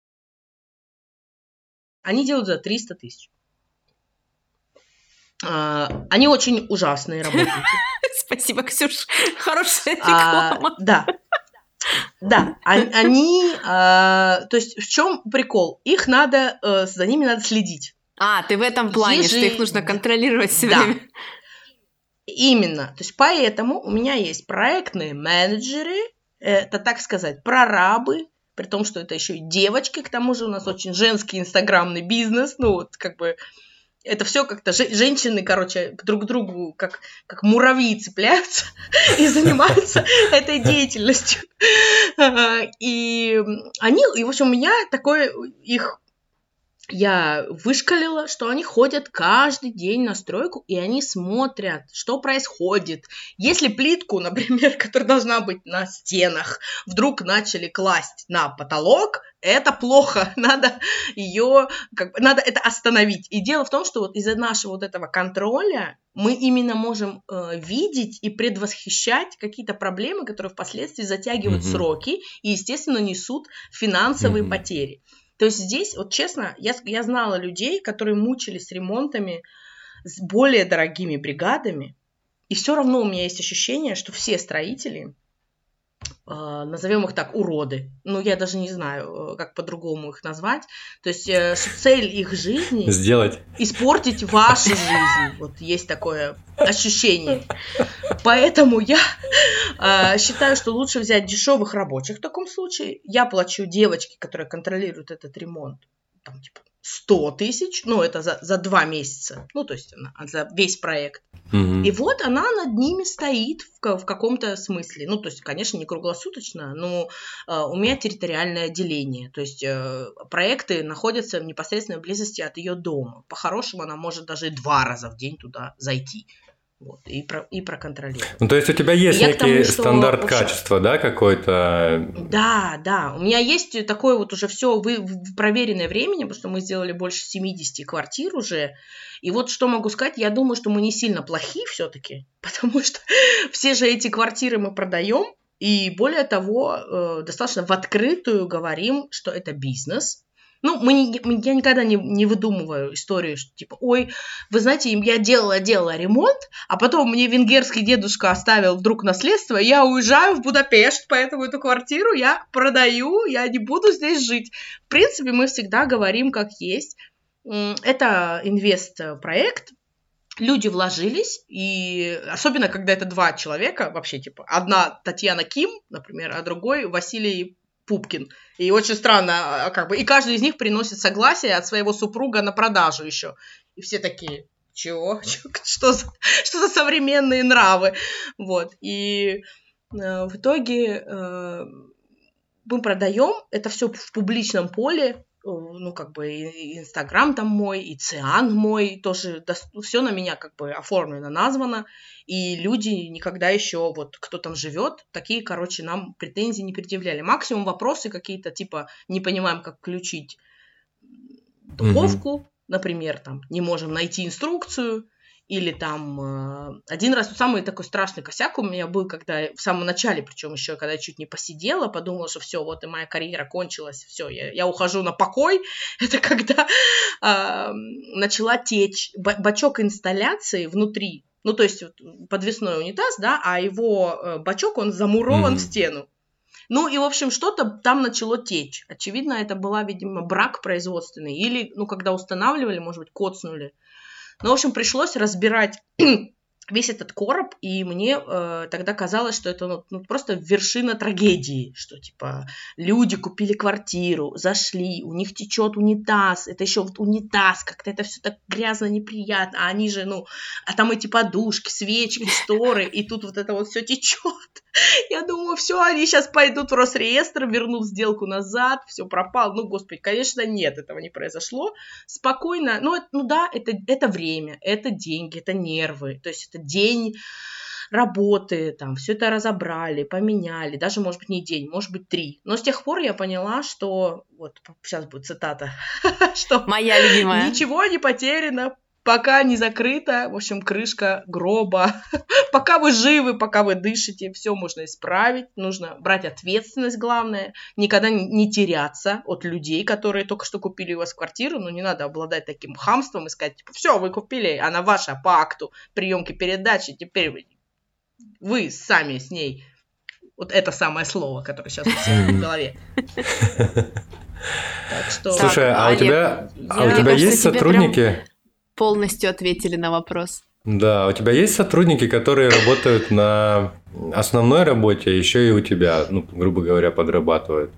они делают за триста тысяч. Uh, они очень ужасные работники. Спасибо, Ксюш. Хорошая реклама. Uh, да. Да, они, uh, то есть в чем прикол? Их надо, uh, за ними надо следить. А, ты в этом плане, Ежи... что их нужно контролировать все да. время. Именно. То есть поэтому у меня есть проектные менеджеры, это, так сказать, прорабы, при том, что это еще и девочки, к тому же у нас очень женский инстаграмный бизнес, ну вот как бы это все как-то же, женщины, короче, друг к другу как, как муравьи цепляются и занимаются этой деятельностью. И они, и в общем, у меня такое их... Я вышкалила, что они ходят каждый день на стройку, и они смотрят, что происходит. Если плитку, например, которая должна быть на стенах, вдруг начали класть на потолок, это плохо, надо ее, как бы, надо это остановить. И дело в том, что вот из-за нашего вот этого контроля мы именно можем э, видеть и предвосхищать какие-то проблемы, которые впоследствии затягивают mm-hmm. сроки и, естественно, несут финансовые mm-hmm. потери. То есть здесь, вот честно, я, я знала людей, которые мучились с ремонтами с более дорогими бригадами, и все равно у меня есть ощущение, что все строители, э, назовем их так, уроды, ну, я даже не знаю, как по-другому их назвать, то есть э, цель их жизни сделать испортить вашу жизнь, вот есть такое ощущение. Поэтому я э, считаю, что лучше взять дешевых рабочих в таком случае. Я плачу девочке, которая контролирует этот ремонт, там, типа, сто тысяч, ну, это за, за два месяца, ну, то есть она, за весь проект. Mm-hmm. И вот она над ними стоит в, в каком-то смысле. Ну, то есть, конечно, не круглосуточно, но э, у меня территориальное деление. То есть э, проекты находятся в непосредственной близости от ее дома. По-хорошему, она может даже два раза в день туда зайти. Вот, и, про, и проконтролировать. Ну, то есть у тебя есть некий тому, что, стандарт общем, качества, да, какой-то? Да, да. У меня есть такое вот уже все вы, проверенное временем, потому что мы сделали больше семьдесят квартир уже. И вот что могу сказать, я думаю, что мы не сильно плохи все-таки, потому что все же эти квартиры мы продаем, и более того, э, достаточно в открытую говорим, что это бизнес. Ну, мы не, я никогда не, не выдумываю историю, что типа, ой, вы знаете, я делала-делала ремонт, а потом мне венгерский дедушка оставил вдруг наследство, и я уезжаю в Будапешт, поэтому эту квартиру я продаю, я не буду здесь жить. В принципе, мы всегда говорим как есть. Это инвест-проект, люди вложились, и особенно, когда это два человека, вообще, типа, одна Татьяна Ким, например, а другой Василий Пупкин. И очень странно, как бы, и каждый из них приносит согласие от своего супруга на продажу еще. И все такие, чего? Что за, что за современные нравы? Вот. И э, в итоге э, мы продаем, это все в публичном поле, ну, как бы, и Инстаграм там мой, и Циан мой, тоже все на меня, как бы, оформлено, названо, и люди никогда еще, вот, кто там живет, такие, короче, нам претензий не предъявляли. Максимум вопросы какие-то, типа, не понимаем, как включить духовку, mm-hmm. например, там, не можем найти инструкцию, или там э, один раз, самый такой страшный косяк у меня был, когда в самом начале, причем еще, когда я чуть не посидела, подумала, что все, вот и моя карьера кончилась, все, я, я ухожу на покой. Это когда э, начала течь бачок инсталляции внутри, ну, то есть вот, подвесной унитаз, да, а его э, бачок, он замурован mm-hmm. в стену. Ну, и, в общем, что-то там начало течь. Очевидно, это была, видимо, брак производственный. Или, ну, когда устанавливали, может быть, коцнули. Ну, в общем, пришлось разбирать весь этот короб, и мне э, тогда казалось, что это ну, ну, просто вершина трагедии, что, типа, люди купили квартиру, зашли, у них течет унитаз, это еще вот унитаз, как-то это все так грязно, неприятно, а они же, ну, а там эти подушки, свечки, шторы, и тут вот это вот все течет. Я думаю, все, они сейчас пойдут в Росреестр, вернут сделку назад, все пропало. Ну, господи, конечно, нет, этого не произошло. Спокойно, ну, ну да, это, это время, это деньги, это нервы, то есть это день работы, там, все это разобрали, поменяли, даже, может быть, не день, может быть, три. Но с тех пор я поняла, что, вот, сейчас будет цитата, что моя любимая. Ничего не потеряно, пока не закрыта, в общем, крышка гроба. Пока вы живы, пока вы дышите, все можно исправить. Нужно брать ответственность, главное. Никогда не, не теряться от людей, которые только что купили у вас квартиру. Но не надо обладать таким хамством и сказать, типа, все, вы купили, она ваша по акту приемки передачи, теперь вы, вы сами с ней. Вот это самое слово, которое сейчас у всех в голове. Слушай, а у тебя есть сотрудники... полностью ответили на вопрос. Да, у тебя есть сотрудники, которые работают на основной работе, еще и у тебя, ну, грубо говоря, подрабатывают?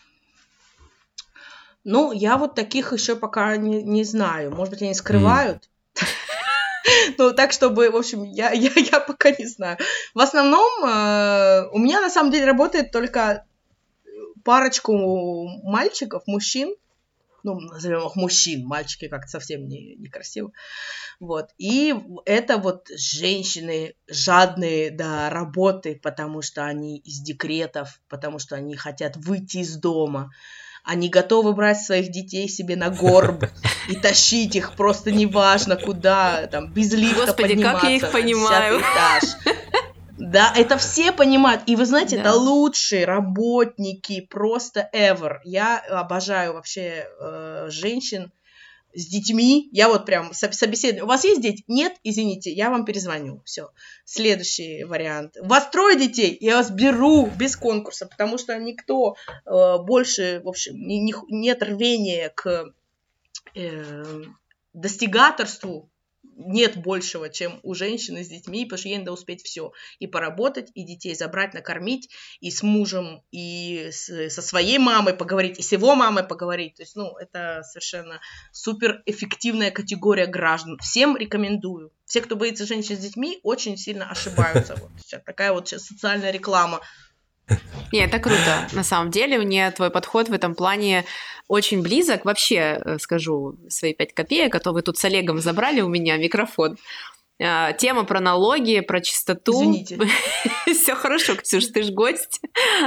Ну, я вот таких еще пока не, не знаю. Может быть, они скрывают. Ну, так, чтобы, в общем, я, я, я пока не знаю. В основном э, у меня, на самом деле, работает только парочку мальчиков, мужчин. Ну, назовем их мужчин, мальчики как-то совсем не, некрасиво. Вот. И это вот женщины жадные до работы, потому что они из декретов, потому что они хотят выйти из дома. Они готовы брать своих детей себе на горб и тащить их просто неважно куда, там, без лифта Господи, подниматься. как я их понимаю. Да, это все понимают. И вы знаете, да. Это лучшие работники просто ever. Я обожаю вообще э, женщин с детьми. Я вот прям собеседую. У вас есть дети? Нет? Извините, я вам перезвоню. Все. Следующий вариант. У вас трое детей? Я вас беру без конкурса, потому что никто э, больше, в общем, не, не, нет рвения к э, достигаторству. Нет большего, чем у женщины с детьми, потому что ей надо успеть все. И поработать, и детей забрать, накормить, и с мужем, и с, со своей мамой поговорить, и с его мамой поговорить. То есть, ну, это совершенно суперэффективная категория граждан. Всем рекомендую. Все, кто боится женщин с детьми, очень сильно ошибаются. Вот сейчас такая вот сейчас социальная реклама. Нет, это круто. На самом деле, мне твой подход в этом плане очень близок. Вообще, скажу свои пять копеек, а то вы тут с Олегом забрали у меня микрофон. А, тема про налоги, про чистоту. Извините. Все хорошо, Ксюш, ты ж гость.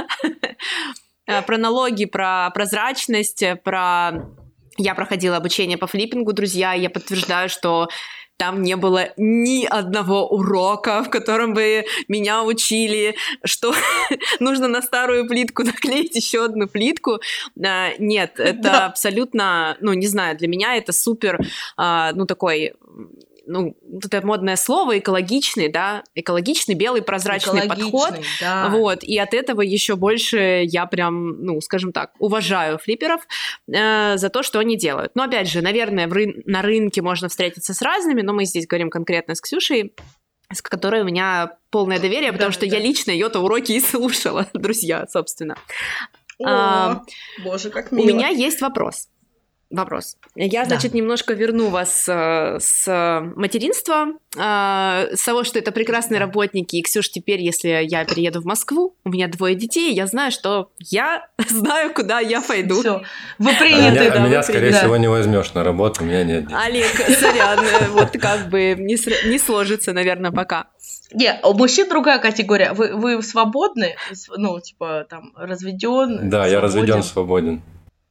Про налоги, про прозрачность, про... Я проходила обучение по флиппингу, друзья, и я подтверждаю, что там не было ни одного урока, в котором бы меня учили, что нужно на старую плитку наклеить еще одну плитку. Нет, это да. абсолютно, ну, не знаю, для меня это супер, ну, такой... ну, это модное слово, экологичный, да, экологичный, белый, прозрачный подход, да. Вот, и от этого еще больше я прям, ну, скажем так, уважаю флипперов э, за то, что они делают. Но, опять же, наверное, в рын- на рынке можно встретиться с разными, но мы здесь говорим конкретно с Ксюшей, с которой у меня полное доверие, потому да, что да. я лично ее-то уроки и слушала, друзья, собственно. О, а, боже, как мило. У меня есть вопрос. Вопрос. Я, значит, да. немножко верну вас э, с материнства, э, с того, что это прекрасные да. работники. И, Ксюш, теперь, если я перееду в Москву, у меня двое детей, я знаю, что я знаю, куда я пойду. Все, вы приняты. Меня, да, меня вы скорее приняты. всего, не возьмешь на работу, у меня нет детей. Олег, сорян, вот как бы не, не сложится, наверное, пока. Не, у мужчин другая категория. Вы, вы свободны? Ну, типа, там, разведен? Да, свободен. Я разведен, свободен.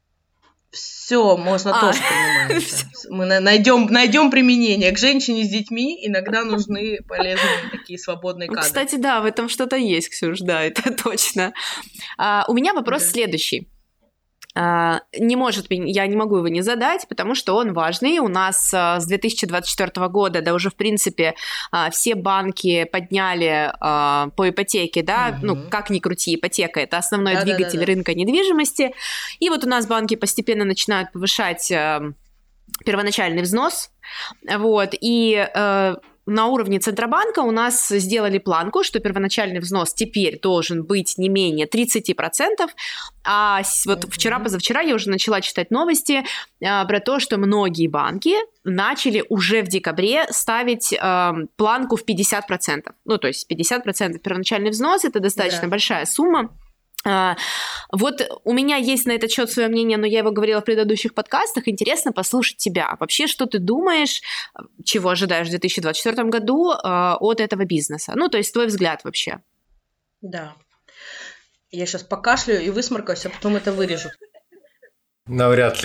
Все, можно а. тоже принимать. Мы найдем, найдем применение. К женщине с детьми иногда нужны полезные такие свободные кадры. Кстати, да, в этом что-то есть, Ксюш, да, это точно. А, у меня вопрос да. следующий. А, не может, я не могу его не задать, потому что он важный. У нас а, с две тысячи двадцать четвёртого года, да уже в принципе а, все банки подняли а, по ипотеке, да, угу. ну как ни крути, ипотека это основной да, двигатель да, да, да. рынка недвижимости. И вот у нас банки постепенно начинают повышать а, первоначальный взнос, вот, и а, на уровне Центробанка у нас сделали планку, что первоначальный взнос теперь должен быть не менее тридцать процентов, а вот mm-hmm. вчера-позавчера я уже начала читать новости а, про то, что многие банки начали уже в декабре ставить а, планку в пятьдесят процентов. Ну, то есть пятьдесят процентов первоначальный взнос – это достаточно yeah. большая сумма. Uh, вот у меня есть на этот счет свое мнение, но я его говорила в предыдущих подкастах. Интересно послушать тебя. Вообще, что ты думаешь, чего ожидаешь в две тысячи двадцать четвёртом году uh, от этого бизнеса? Ну, то есть твой взгляд вообще. Да. Я сейчас покашляю и высморкаюсь, а потом это вырежу. Навряд ли.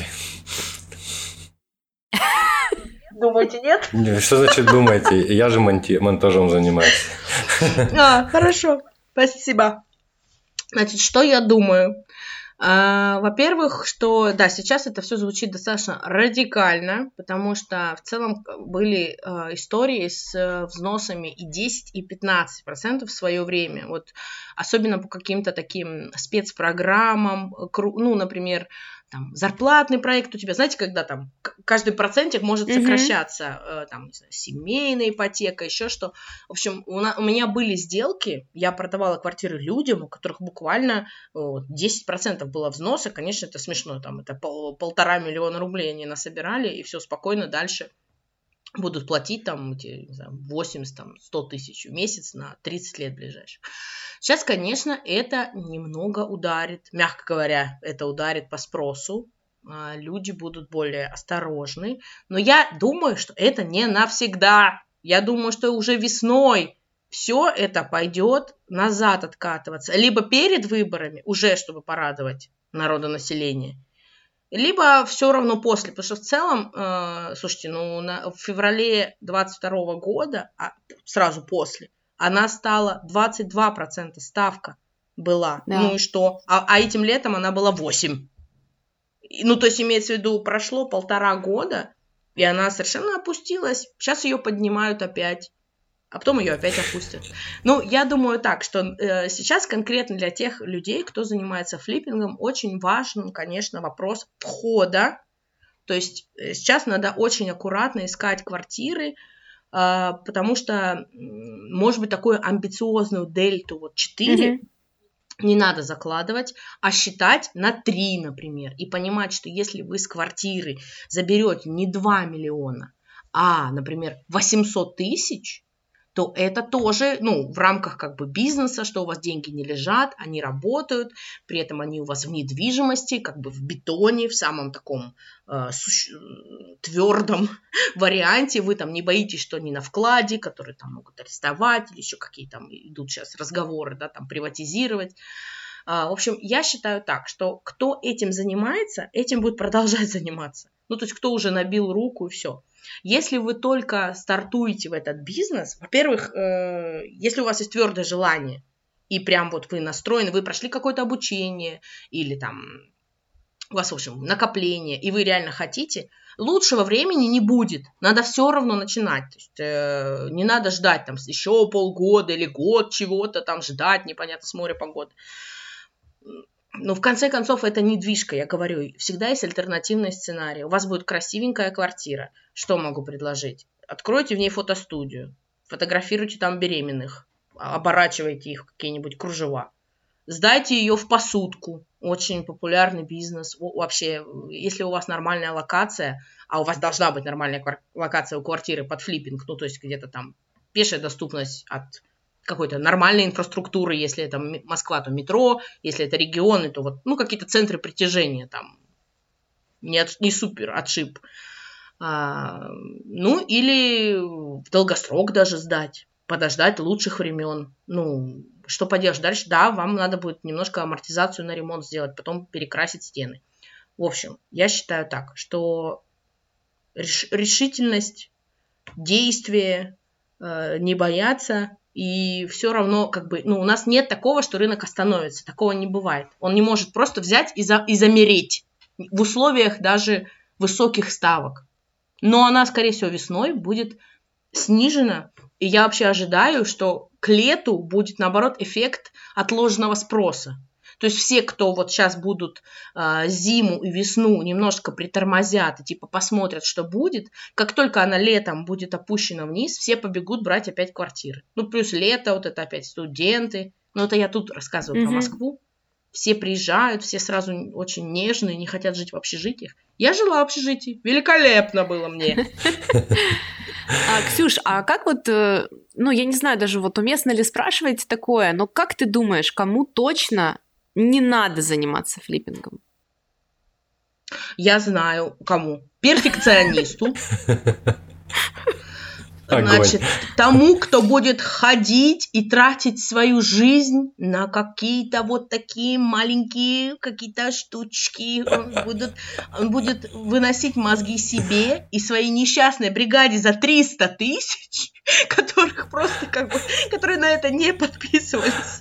Думаете, нет? Что значит думаете? Я же монти- монтажом занимаюсь. А, хорошо. Спасибо. Значит, что я думаю? А, во-первых, что, да, сейчас это все звучит достаточно радикально, потому что в целом были а, истории с а, взносами и десять, и пятнадцать процентов в свое время. Вот, особенно по каким-то таким спецпрограммам, кру- ну, например, там, зарплатный проект у тебя, знаете, когда там каждый процентик может сокращаться, mm-hmm. там, не знаю, семейная ипотека, еще что. В общем, у, на, у меня были сделки, я продавала квартиры людям, у которых буквально вот, десять процентов было взноса, конечно, это смешно, там, это пол, полтора миллиона рублей они насобирали, и все спокойно дальше будут платить там эти, не знаю, восемьдесят, там, сто тысяч в месяц на тридцать лет ближайших. Сейчас, конечно, это немного ударит, мягко говоря, это ударит по спросу, люди будут более осторожны, но я думаю, что это не навсегда. Я думаю, что уже весной все это пойдет назад откатываться, либо перед выборами, уже чтобы порадовать народонаселение, либо все равно после, потому что в целом, э, слушайте, ну на, в феврале двадцать второго года, а сразу после, она стала двадцать два процента ставка была, да. Ну и что? А, а этим летом она была восемь процентов. Ну, то есть, имеется в виду, прошло полтора года, и она совершенно опустилась. Сейчас ее поднимают опять, а потом ее опять опустят. Ну, я думаю так, что э, сейчас конкретно для тех людей, кто занимается флиппингом, очень важен, конечно, вопрос входа. То есть, сейчас надо очень аккуратно искать квартиры, э, потому что, может быть, такую амбициозную дельту, вот четыре, mm-hmm. не надо закладывать, а считать на три, например, и понимать, что если вы с квартиры заберете не два миллиона, а, например, восемьсот тысяч, то это тоже, ну, в рамках как бы бизнеса, что у вас деньги не лежат, они работают, при этом они у вас в недвижимости, как бы в бетоне, в самом таком э, суще... твердом варианте, вы там не боитесь, что они на вкладе, которые там могут арестовать, или еще какие там идут сейчас разговоры, да, там приватизировать. А, в общем, я считаю так, что кто этим занимается, этим будет продолжать заниматься. Ну, то есть кто уже набил руку и все. Если вы только стартуете в этот бизнес, во-первых, э, если у вас есть твердое желание, и прям вот вы настроены, вы прошли какое-то обучение, или там у вас, в общем, накопление, и вы реально хотите, лучшего времени не будет. Надо все равно начинать. То есть, э, не надо ждать там еще полгода или год чего-то там ждать, непонятно, с моря погоды. Но в конце концов это недвижка, я говорю, всегда есть альтернативный сценарий. У вас будет красивенькая квартира. Что могу предложить? Откройте в ней фотостудию, фотографируйте там беременных, оборачивайте их в какие-нибудь кружева. Сдайте ее в посудку. Очень популярный бизнес. Вообще, если у вас нормальная локация, а у вас должна быть нормальная локация у квартиры под флиппинг, ну то есть где-то там пешая доступность от какой-то нормальной инфраструктуры, если это Москва, то метро, если это регионы, то вот, ну, какие-то центры притяжения там, не, от, не супер отшиб. А, ну, или в долгосрок даже сдать, подождать лучших времен. Ну, что поделаешь дальше? Да, вам надо будет немножко амортизацию на ремонт сделать, потом перекрасить стены. В общем, я считаю так, что реш, решительность, действие, э, не бояться. И все равно, как бы, ну, у нас нет такого, что рынок остановится. Такого не бывает. Он не может просто взять и, за, и замереть в условиях даже высоких ставок. Но она, скорее всего, весной будет снижена. И я вообще ожидаю, что к лету будет, наоборот, эффект отложенного спроса. То есть все, кто вот сейчас будут э, зиму и весну немножко притормозят и типа посмотрят, что будет, как только она летом будет опущена вниз, все побегут брать опять квартиры. Ну, плюс лето, вот это опять студенты. Ну, это я тут рассказываю mm-hmm. про Москву. Все приезжают, все сразу очень нежные, не хотят жить в общежитиях. Я жила в общежитии. Великолепно было мне. Ксюш, а как вот, ну, я не знаю даже, вот уместно ли спрашивать такое, но как ты думаешь, кому точно не надо заниматься флиппингом? Я знаю, кому. Перфекционисту. Значит, тому, кто будет ходить и тратить свою жизнь на какие-то вот такие маленькие какие-то штучки. Он будет, он будет выносить мозги себе и своей несчастной бригаде за триста тысяч, которых просто как бы, которые на это не подписывались,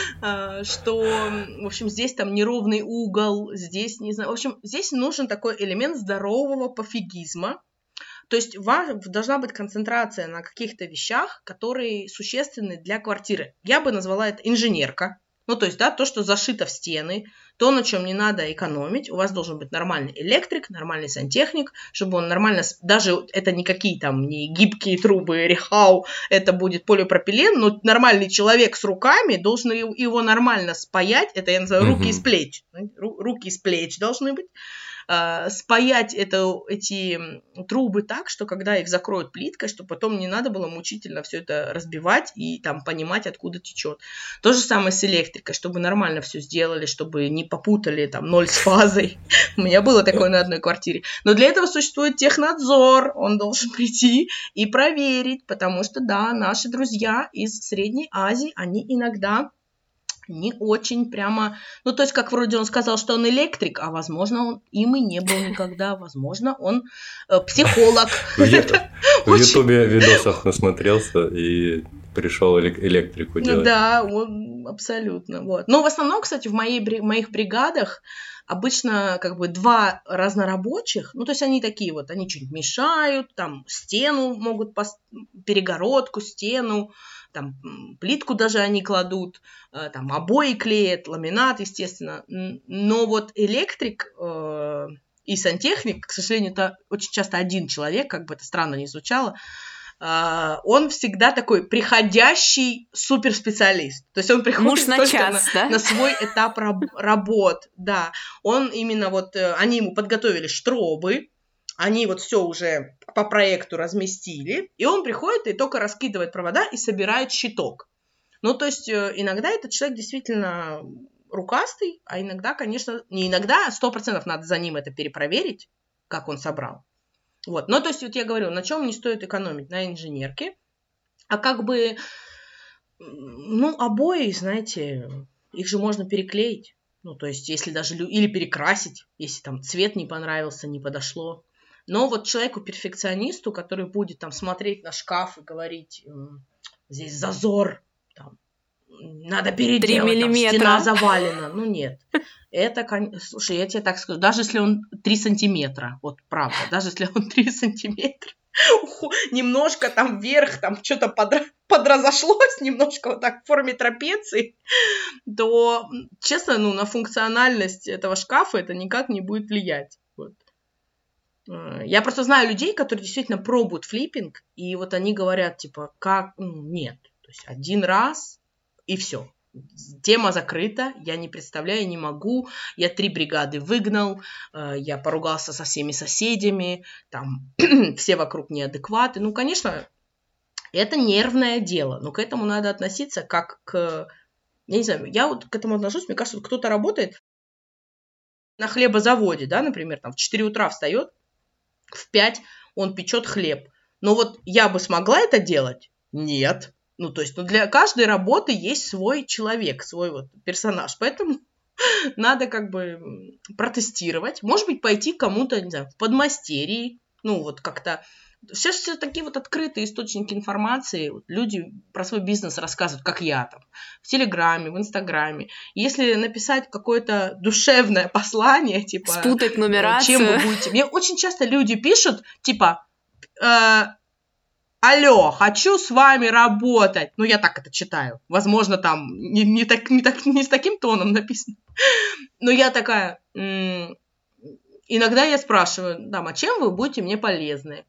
что, в общем, здесь там неровный угол, здесь, не знаю, в общем, здесь нужен такой элемент здорового пофигизма. То есть у вас должна быть концентрация на каких-то вещах, которые существенны для квартиры. Я бы назвала это инженерка. Ну, то есть, да, то, что зашито в стены, то, на чем не надо экономить. У вас должен быть нормальный электрик, нормальный сантехник, чтобы он нормально... Даже это никакие там не гибкие трубы, рехау, это будет полипропилен, но нормальный человек с руками должен его нормально спаять. Это, я называю, руки mm-hmm. из плеч. Руки из плеч должны быть. Спаять это, эти трубы так, что когда их закроют плиткой, чтобы потом не надо было мучительно все это разбивать и там понимать, откуда течет. То же самое с электрикой, чтобы нормально все сделали, чтобы не попутали там ноль с фазой. У меня было такое на одной квартире. Но для этого существует технадзор, он должен прийти и проверить, потому что, да, наши друзья из Средней Азии, они иногда... не очень прямо... Ну, то есть, как вроде он сказал, что он электрик, а, возможно, он им и не был никогда. Возможно, он э, психолог. В Ютубе видосах насмотрелся и пришел электрику делать. Да, он абсолютно. Вот. Но в основном, кстати, в моей, моих бригадах обычно как бы два разнорабочих, ну, то есть они такие вот, они что-нибудь мешают, там стену могут, пос... перегородку, стену, там плитку даже они кладут, там обои клеят, ламинат, естественно. Но вот электрик э, и сантехник, к сожалению, это очень часто один человек, как бы это странно ни звучало, э, он всегда такой приходящий суперспециалист. То есть он приходит на, только час, на, да? на свой этап раб- работ. Да. Он именно вот, э, они ему подготовили штробы, они вот все уже по проекту разместили, и он приходит и только раскидывает провода и собирает щиток. Ну, то есть иногда этот человек действительно рукастый, а иногда, конечно, не иногда, сто процентов надо за ним это перепроверить, как он собрал. Вот. Ну, то есть вот я говорю, на чем не стоит экономить? На инженерке. А как бы, ну, обои, знаете, их же можно переклеить. Ну, то есть если даже, или перекрасить, если там цвет не понравился, не подошло. Но вот человеку-перфекционисту, который будет там смотреть на шкаф и говорить, здесь зазор, там, надо переделать, там, стена завалена. Ну, нет. Это, слушай, я тебе так скажу, даже если он три сантиметра, вот правда, даже если он три сантиметра, немножко там вверх, там что-то подра... подразошлось, немножко вот так в форме трапеции, то, честно, ну, на функциональность этого шкафа это никак не будет влиять. Вот. Я просто знаю людей, которые действительно пробуют флиппинг, и вот они говорят, типа, как, ну, нет, то есть один раз, и все. Тема закрыта, я не представляю, не могу, я три бригады выгнал, я поругался со всеми соседями, там все вокруг неадекваты. Ну, конечно, это нервное дело, но к этому надо относиться как к... Я не знаю, я вот к этому отношусь, мне кажется, вот кто-то работает на хлебозаводе, да, например, там в четыре утра встает, в пять он печет хлеб. Но вот я бы смогла это делать? Нет. Ну, то есть, ну, для каждой работы есть свой человек, свой вот персонаж. Поэтому надо как бы протестировать. Может быть, пойти кому-то, не знаю, в подмастерье. Ну, вот как-то... Сейчас все такие вот открытые источники информации. Люди про свой бизнес рассказывают, как я там. В Телеграме, в Инстаграме. Если написать какое-то душевное послание, типа... Спутать нумерацию. Чем вы будете... Мне очень часто люди пишут, типа... Э, Алло, хочу с вами работать. Ну, я так это читаю. Возможно, там не, не, так, не, так, не с таким тоном написано. Но я такая... М- иногда я спрашиваю, дам, а чем вы будете мне полезны?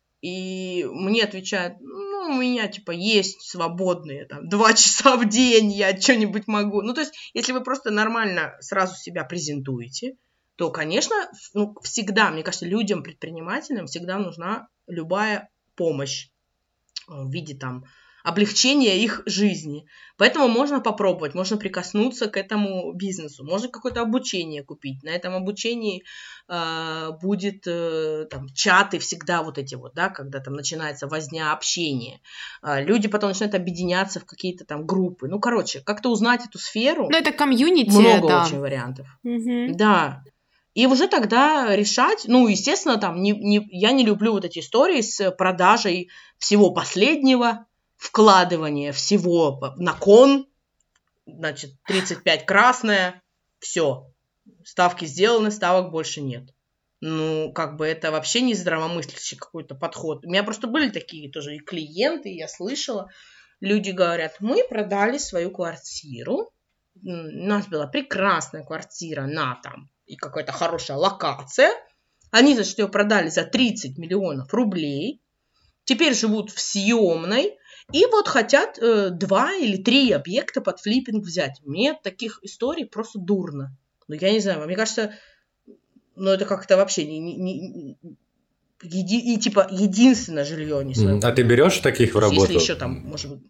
И мне отвечают, ну, у меня, типа, есть свободные, там, два часа в день, я что-нибудь могу. Ну, то есть, если вы просто нормально сразу себя презентуете, то, конечно, ну, всегда, мне кажется, людям, предпринимателям всегда нужна любая помощь в виде там облегчения их жизни. Поэтому можно попробовать, можно прикоснуться к этому бизнесу, можно какое-то обучение купить. На этом обучении э, будет э, там чаты всегда вот эти вот, да, когда там начинается возня, общение. Э, люди потом начинают объединяться в какие-то там группы. Ну, короче, как-то узнать эту сферу. Ну, это комьюнити, много да. очень вариантов. Угу. Да. И уже тогда решать, ну, естественно, там, не, не, я не люблю вот эти истории с продажей всего последнего, вкладывание всего на кон, значит, тридцать пять красное, все, ставки сделаны, ставок больше нет. Ну, как бы это вообще не здравомыслящий какой-то подход. У меня просто были такие тоже и клиенты, и я слышала, люди говорят, мы продали свою квартиру, у нас была прекрасная квартира на там, и какая-то хорошая локация. Они, значит, ее продали за тридцать миллионов рублей. Теперь живут в съемной. И вот хотят э, два или три объекта под флиппинг взять. Мне таких историй просто дурно. Ну, я не знаю, мне кажется, ну, это как-то вообще не... не, не еди, и, типа, единственное жилье не свое. А ты берешь таких в работу? Если еще там, может быть...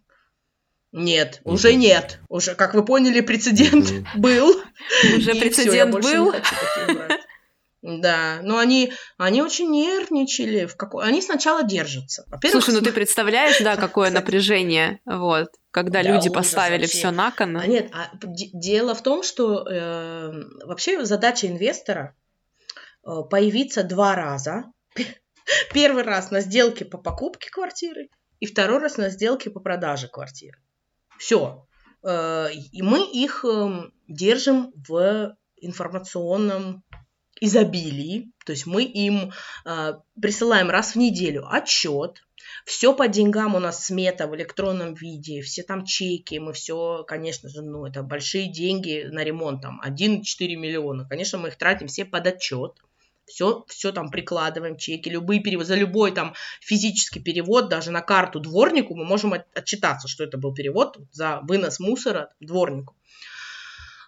Нет, mm-hmm. уже нет. Уже, как вы поняли, прецедент mm-hmm. был. Уже прецедент был. Да, но они, они очень нервничали. В какой... Они сначала держатся. Во-первых, слушай, ну ты представляешь, да, какое напряжение, вот, когда да, люди ужас, поставили все на кон. А нет, а д- дело в том, что э, вообще задача инвестора э, появиться два раза. Первый раз на сделке по покупке квартиры и второй раз на сделке по продаже квартиры. Все. Э, и мы их э, держим в информационном изобилии, то есть мы им э, присылаем раз в неделю отчет, все по деньгам у нас смета в электронном виде, все там чеки, мы все, конечно же, ну это большие деньги на ремонт, там один целых четыре миллиона, конечно, мы их тратим все под отчет, все, все там прикладываем, чеки, любые переводы, за любой там физический перевод, даже на карту дворнику мы можем от, отчитаться, что это был перевод за вынос мусора дворнику.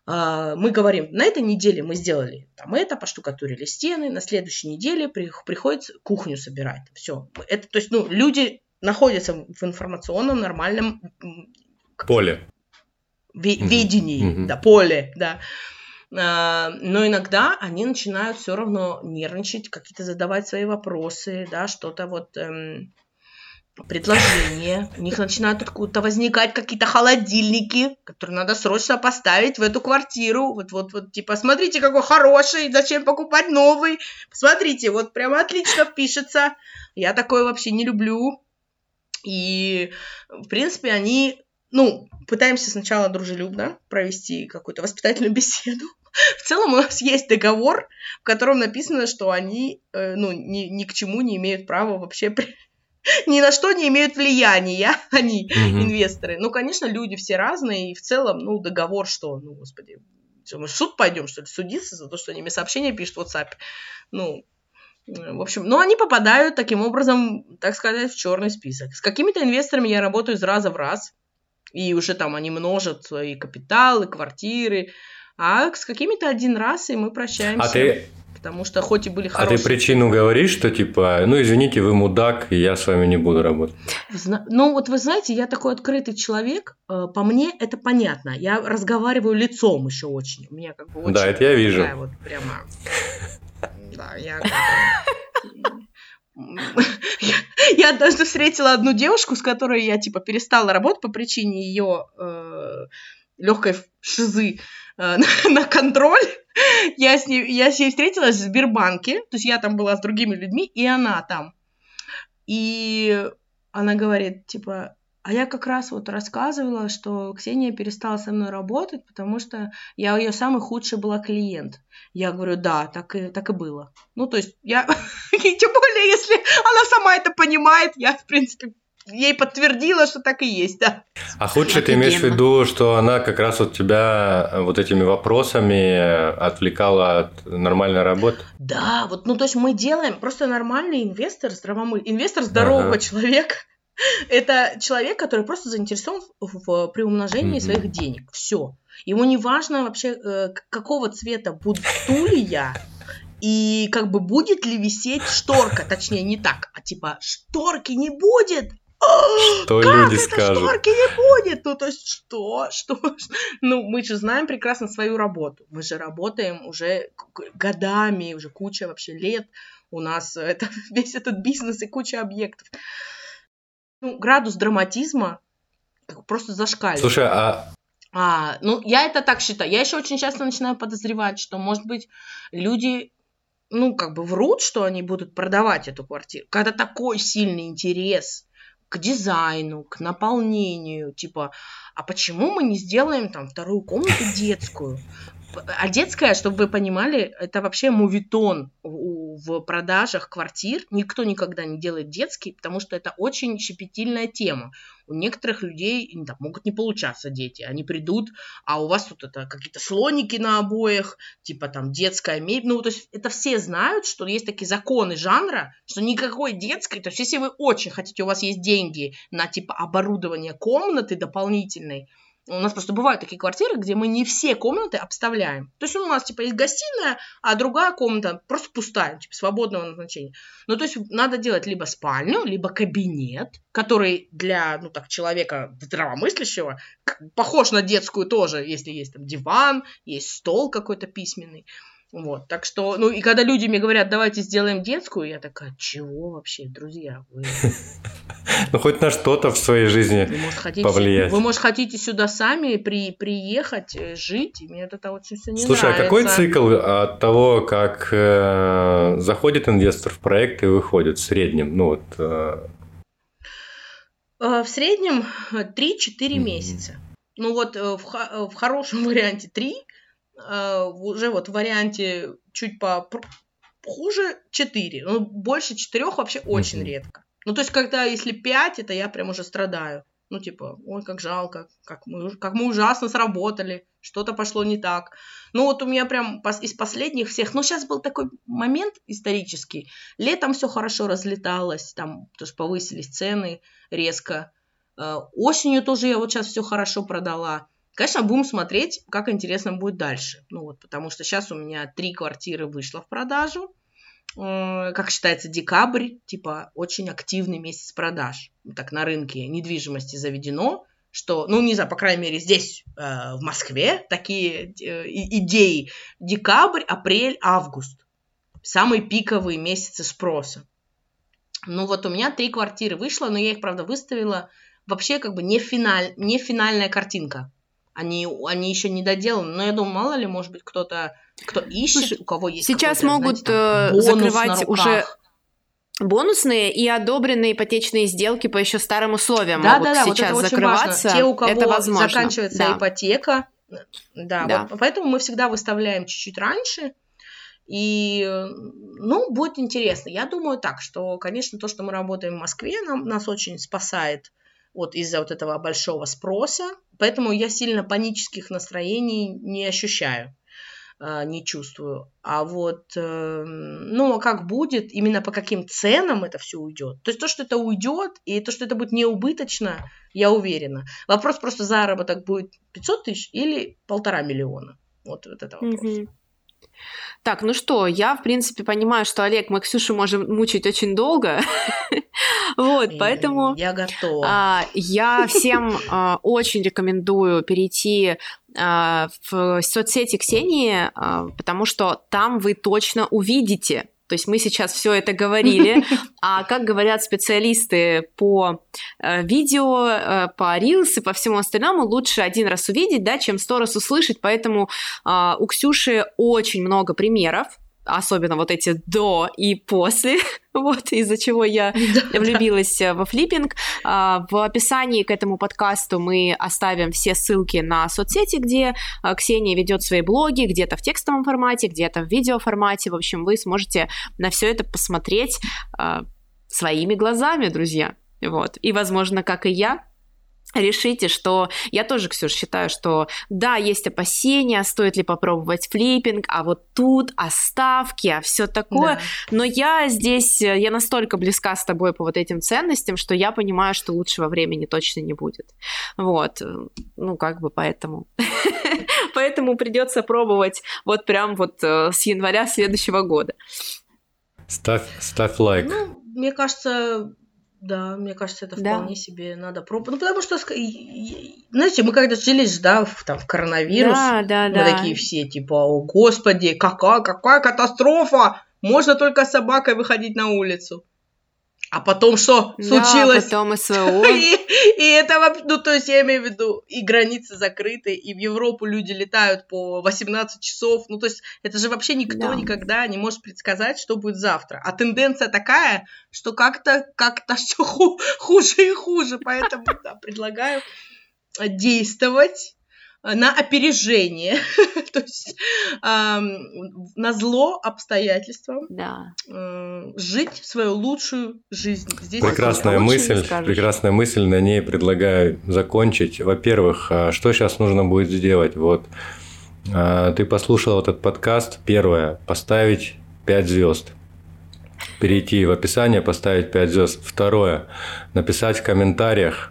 Мы говорим, на этой неделе мы сделали там это, поштукатурили стены, на следующей неделе приходится кухню собирать. Все. Это, то есть, ну, люди находятся в информационном нормальном поле. Ви- mm-hmm. видении, mm-hmm. да, поле, да. Но иногда они начинают все равно нервничать, какие-то задавать свои вопросы, да, что-то вот... Эм, предложения, у них начинают откуда-то возникать какие-то холодильники, которые надо срочно поставить в эту квартиру. Вот, вот, вот, типа, смотрите, какой хороший, зачем покупать новый? Смотрите, вот прямо отлично впишется. Я такое вообще не люблю. И, в принципе, они, ну, пытаемся сначала дружелюбно провести какую-то воспитательную беседу. В целом у нас есть договор, в котором написано, что они, э, ну, ни, ни к чему не имеют права вообще... При... ни на что не имеют влияния, они, mm-hmm. инвесторы. Ну, конечно, люди все разные, и в целом, ну, договор, что, ну, господи, что, мы в суд пойдем, что ли, судиться за то, что они мне сообщения пишут в WhatsApp. Ну, в общем, ну, они попадают таким образом, так сказать, в черный список. С какими-то инвесторами я работаю из раза в раз, и уже там они множат свои капиталы, квартиры, а с какими-то один раз, и мы прощаемся. А ты... Потому что хоть и были хорошие... А ты причину говоришь, что типа, ну извините, вы мудак, и я с вами не буду работать? Зна... Ну вот вы знаете, я такой открытый человек, по мне это понятно. Я разговариваю лицом еще очень. У меня как бы очень... Да, это я вижу. Такая вот прямо... Да, я... Я даже встретила одну девушку, с которой я типа перестала работать по причине ее легкой шизы на контроль. Я с, ней, я с ней встретилась в Сбербанке, то есть я там была с другими людьми, и она там. И она говорит, типа, а я как раз вот рассказывала, что Ксения перестала со мной работать, потому что я ее самый худший была клиент. Я говорю, да, так и, так и было. Ну, то есть я, и тем более, если она сама это понимает, я, в принципе, ей подтвердила, что так и есть, да. А худшее ты имеешь в виду, что она как раз вот тебя вот этими вопросами отвлекала от нормальной работы? Да, вот, ну, то есть мы делаем, просто нормальный инвестор, здравомыслящий, инвестор здорового ага. человека, это человек, который просто заинтересован в, в приумножении mm-hmm. своих денег, все. Ему не важно вообще, какого цвета будут стулья, и как бы будет ли висеть шторка, точнее не так, а типа шторки не будет. Что как люди это скажут? Шторки не будет? Ну, то есть, что? Что? Ну, мы же знаем прекрасно свою работу. Мы же работаем уже годами, уже куча вообще лет. У нас это, весь этот бизнес и куча объектов. Ну, градус драматизма просто зашкаливает. Слушай, а... а... Ну, я это так считаю. Я еще очень часто начинаю подозревать, что, может быть, люди... ну, как бы врут, что они будут продавать эту квартиру. Когда такой сильный интерес к дизайну, к наполнению, типа, а почему мы не сделаем там вторую комнату детскую? А детская, чтобы вы понимали, это вообще мувитон в продажах квартир. Никто никогда не делает детский, потому что это очень щепетильная тема. У некоторых людей там, могут не получаться дети. Они придут, а у вас тут это какие-то слоники на обоях, типа там детская мебель. Ну, то есть это все знают, что есть такие законы жанра, что никакой детской. То есть если вы очень хотите, у вас есть деньги на типа оборудование комнаты дополнительной, у нас просто бывают такие квартиры, где мы не все комнаты обставляем. То есть у нас типа есть гостиная, а другая комната просто пустая, типа свободного назначения. Ну, то есть надо делать либо спальню, либо кабинет, который для, ну так, человека здравомыслящего похож на детскую тоже, если есть там диван, есть стол какой-то письменный. Вот, так что, ну, и когда люди мне говорят, давайте сделаем детскую, я такая, чего вообще, друзья? Вы... Ну, хоть на что-то в своей жизни вы, может, хотите, повлиять. Вы, может, хотите сюда сами при, приехать, жить, и мне это очень все не Слушай, нравится. а какой цикл от того, как э, заходит инвестор в проект и выходит в среднем? Ну, вот, э... В среднем три-четыре mm-hmm. месяца. Ну, вот в, в хорошем варианте три, Uh, уже вот в варианте чуть по хуже четыре. Ну, больше четырех вообще очень mm-hmm. редко. Ну, то есть, когда если пять, это я прям уже страдаю. Ну, типа, ой, как жалко, как мы, как мы ужасно сработали, что-то пошло не так. Ну, вот у меня прям из последних всех... Ну, сейчас был такой момент исторический. Летом все хорошо разлеталось, там тоже повысились цены резко. Uh, осенью тоже я вот сейчас все хорошо продала. Конечно, будем смотреть, как интересно будет дальше. Ну вот, потому что сейчас у меня три квартиры вышло в продажу. Как считается, декабрь, типа, очень активный месяц продаж. Так на рынке недвижимости заведено, что, ну, не знаю, по крайней мере, здесь, э, в Москве, такие э, идеи. Декабрь, апрель, август. Самые пиковые месяцы спроса. Ну, вот у меня три квартиры вышло, но я их, правда, выставила. Вообще, как бы, не, финаль, не финальная картинка. Они, они еще не доделаны. Но я думаю, мало ли, может быть, кто-то, кто ищет, Слушай, у кого есть сейчас могут знаете, там, закрывать уже бонусные и одобренные ипотечные сделки по еще старым условиям. Да, могут да, да, сейчас вот это закрываться. Те, у кого это возможно. заканчивается да. ипотека. Да, да. Вот, поэтому мы всегда выставляем чуть-чуть раньше. И, ну, будет интересно. Я думаю так, что, конечно, то, что мы работаем в Москве, нам, нас очень спасает вот из-за вот этого большого спроса. Поэтому я сильно панических настроений не ощущаю, не чувствую. А вот, ну, как будет, именно по каким ценам это все уйдет. То есть то, что это уйдет, и то, что это будет неубыточно, я уверена. Вопрос просто, заработок будет пятьсот тысяч или полтора миллиона. Вот, вот это вопрос. Mm-hmm. Так, ну что, я, в принципе, понимаю, что, Олег, мы Ксюшу можем мучить очень долго. Вот, поэтому... Я готова. Я всем очень рекомендую перейти в соцсети Ксении, потому что там вы точно увидите. То есть мы сейчас все это говорили, а как говорят специалисты по э, видео, э, по рилс и по всему остальному, лучше один раз увидеть, да, чем сто раз услышать, поэтому э, у Ксюши очень много примеров, особенно вот эти до и после, вот из-за чего я влюбилась во флиппинг. В описании к этому подкасту мы оставим все ссылки на соцсети, где Ксения ведет свои блоги, где-то в текстовом формате, где-то в видеоформате. В общем, вы сможете на все это посмотреть своими глазами, друзья. Вот. И, возможно, как и я, решите, что... Я тоже, Ксюш, считаю, что да, есть опасения, стоит ли попробовать флиппинг, а вот тут оставки, а все такое. Да. Но я здесь, я настолько близка с тобой по вот этим ценностям, что я понимаю, что лучшего времени точно не будет. Вот. Ну, как бы поэтому... Поэтому придется пробовать вот прям вот с января следующего года. Ставь, ставь лайк. Ну, мне кажется... Да, мне кажется, это вполне да. себе надо пробовать. Ну, потому что, знаете, мы когда жились, да, в, там, в коронавирус, да, да, мы да. такие все, типа, о, господи, какая, какая катастрофа! Можно только с собакой выходить на улицу. А потом что да, случилось? Потом СВО. И, и это, ну, то есть я имею в виду, и границы закрыты, и в Европу люди летают по восемнадцать часов. Ну, то есть это же вообще никто да. никогда не может предсказать, что будет завтра. А тенденция такая, что как-то, как-то все ху- хуже и хуже. Поэтому да, предлагаю действовать на опережение, то есть э, на зло обстоятельствам, да. э, жить свою лучшую жизнь. Здесь прекрасная мысль, прекрасная мысль, на ней предлагаю закончить. Во-первых, что сейчас нужно будет сделать? Вот ты послушал этот подкаст. Первое, поставить пять звезд. Перейти в описание, поставить пять звезд. Второе, написать в комментариях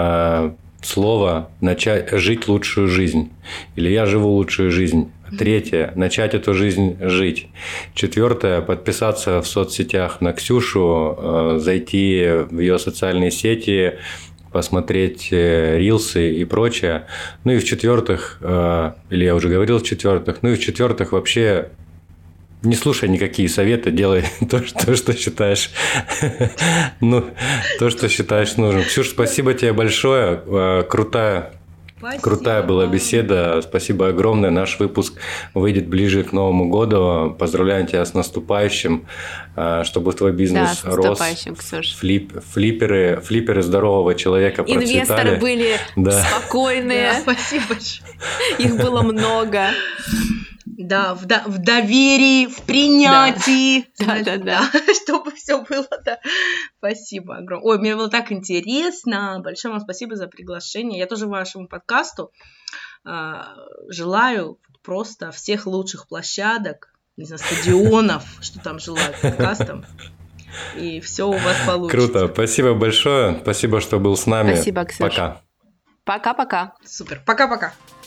слово «начать жить лучшую жизнь» или «я живу лучшую жизнь». Третье – начать эту жизнь жить. Четвертое – подписаться в соцсетях на Ксюшу, зайти в ее социальные сети, посмотреть рилсы и прочее. Ну и в-четвертых, или я уже говорил в-четвертых, ну и в-четвертых вообще... Не слушай никакие советы, делай то, что, что считаешь, ну, то, что считаешь нужным. Ксюш, спасибо тебе большое, крутая, спасибо. крутая была беседа, спасибо огромное. Наш выпуск выйдет ближе к Новому году. Поздравляю тебя с наступающим, чтобы твой бизнес да, рос. Ксюш. Флип, флипперы, флипперы здорового человека процветали. Инвесторы были да. спокойные. Да, спасибо большое. Их было много. Да, в, до, в доверии, в принятии. Да, да, да. да. Чтобы все было, да. Спасибо огромное. Ой, мне было так интересно. Большое вам спасибо за приглашение. Я тоже вашему подкасту э, желаю просто всех лучших площадок, не знаю, стадионов, что там желают подкастам. И все у вас получится. Круто. Спасибо большое. Спасибо, что был с нами. Спасибо, Ксюша. Пока. Пока-пока. Супер. Пока-пока.